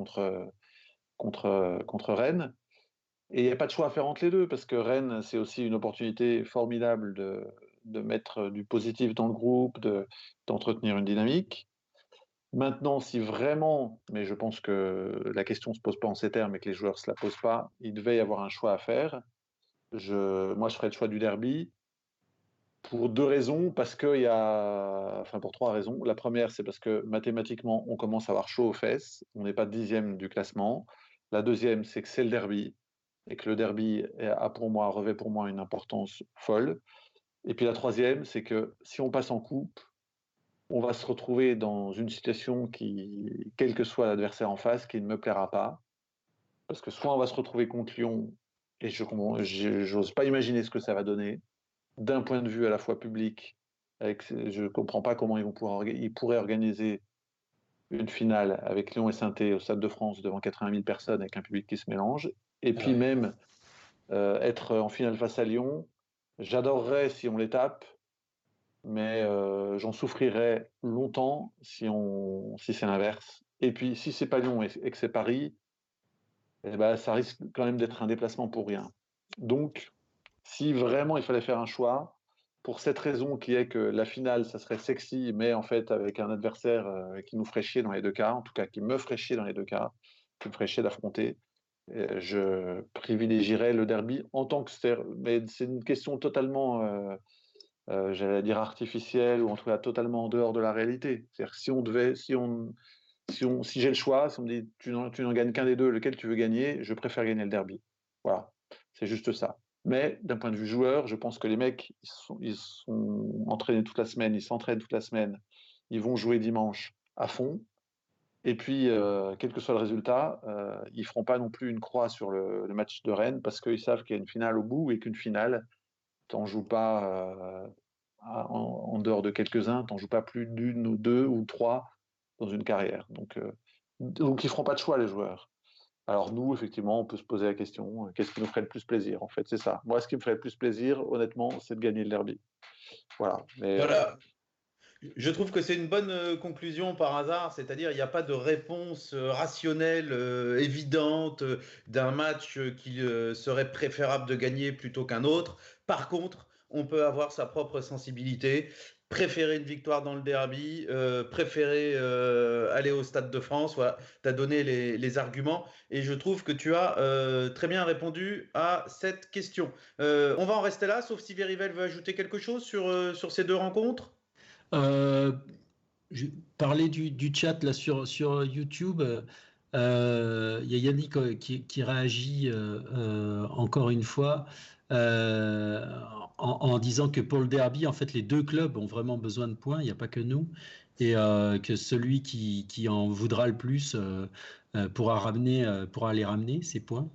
contre Rennes. Et il n'y a pas de choix à faire entre les deux, parce que Rennes, c'est aussi une opportunité formidable de mettre du positif dans le groupe, d'entretenir une dynamique. Maintenant, si vraiment, mais je pense que la question ne se pose pas en ces termes et que les joueurs ne se la posent pas, il devait y avoir un choix à faire. Moi, je ferais le choix du derby pour deux raisons, enfin pour trois raisons. La première, c'est parce que mathématiquement, on commence à avoir chaud aux fesses, on n'est pas 10e du classement. La deuxième, c'est que c'est le derby et que le derby revêt pour moi une importance folle. Et puis la troisième, c'est que si on passe en coupe, on va se retrouver dans une situation qui, quel que soit l'adversaire en face, qui ne me plaira pas. Parce que soit on va se retrouver contre Lyon, et je n'ose pas imaginer ce que ça va donner, d'un point de vue à la fois public, je ne comprends pas comment ils pourraient organiser une finale avec Lyon et Saint-Étienne au Stade de France devant 80 000 personnes avec un public qui se mélange. Et puis Ouais. même être en finale face à Lyon, j'adorerais si on les tape, mais j'en souffrirais longtemps si c'est l'inverse. Et puis, si c'est pas Lyon et que c'est Paris, eh ben, ça risque quand même d'être un déplacement pour rien. Donc, si vraiment il fallait faire un choix, pour cette raison qui est que la finale, ça serait sexy, mais en fait avec un adversaire qui nous ferait chier dans les deux cas, en tout cas qui me ferait chier dans les deux cas, qui me ferait chier d'affronter, je privilégierais le derby en tant que... Mais c'est une question totalement... j'allais dire artificielle ou en tout cas totalement en dehors de la réalité. C'est-à-dire que si j'ai le choix, si on me dit tu n'en gagnes qu'un des deux, lequel tu veux gagner, je préfère gagner le derby. Voilà, c'est juste ça. Mais d'un point de vue joueur, je pense que les mecs, ils sont entraînés toute la semaine, ils s'entraînent toute la semaine, ils vont jouer dimanche à fond. Et puis, quel que soit le résultat, ils ne feront pas non plus une croix sur le match de Rennes parce qu'ils savent qu'il y a une finale au bout et qu'une finale, tu n'en joues pas en dehors de quelques-uns, tu n'en joues pas plus d'une ou deux ou trois dans une carrière. Donc ils ne feront pas de choix, les joueurs. Alors nous, effectivement, on peut se poser la question, qu'est-ce qui nous ferait le plus plaisir? En fait, c'est ça. Moi, ce qui me ferait le plus plaisir, honnêtement, c'est de gagner le derby. Voilà. Mais Voilà. Je trouve que c'est une bonne conclusion par hasard, c'est-à-dire il n'y a pas de réponse rationnelle, évidente d'un match qui serait préférable de gagner plutôt qu'un autre. Par contre, on peut avoir sa propre sensibilité, préférer une victoire dans le derby, préférer aller au Stade de France. Voilà, tu as donné les arguments et je trouve que tu as très bien répondu à cette question. On va en rester là, sauf si Verivel veut ajouter quelque chose sur ces deux rencontres. Euh, je parlais du chat là sur YouTube. Il y a Yannick qui réagit encore une fois en disant que pour le derby, en fait, les deux clubs ont vraiment besoin de points. Il n'y a pas que nous. Et que celui qui en voudra le plus pourra les ramener, ces points.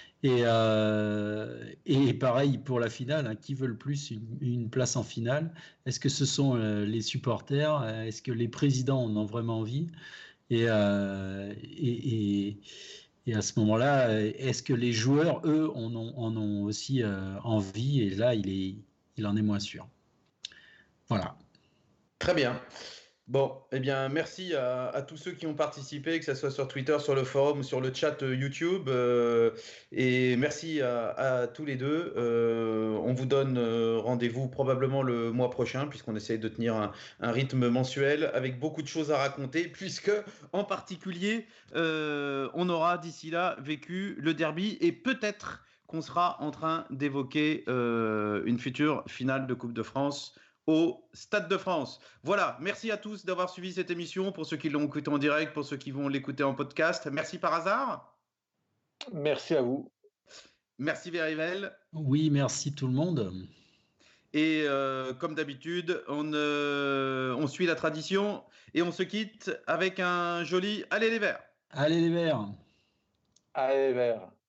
Et pareil pour la finale, hein, qui veut le plus une place en finale? Est-ce que ce sont les supporters? Est-ce que les présidents en ont vraiment envie? Et, euh, et, et- et à ce moment-là, est-ce que les joueurs, eux, en ont aussi envie? Et là, il en est moins sûr. Voilà. Très bien. Bon, eh bien, merci à tous ceux qui ont participé, que ce soit sur Twitter, sur le forum, ou sur le chat YouTube. Et merci à tous les deux. On vous donne rendez-vous probablement le mois prochain, puisqu'on essaye de tenir un rythme mensuel avec beaucoup de choses à raconter, puisque en particulier, on aura d'ici là vécu le derby et peut-être qu'on sera en train d'évoquer une future finale de Coupe de France au Stade de France. Voilà, merci à tous d'avoir suivi cette émission, pour ceux qui l'ont écouté en direct, pour ceux qui vont l'écouter en podcast. Merci par hasard. Merci à vous. Merci Verivel. Oui, merci tout le monde. Et comme d'habitude, on suit la tradition et on se quitte avec un joli Allez les Verts. Allez les Verts. Allez, vers.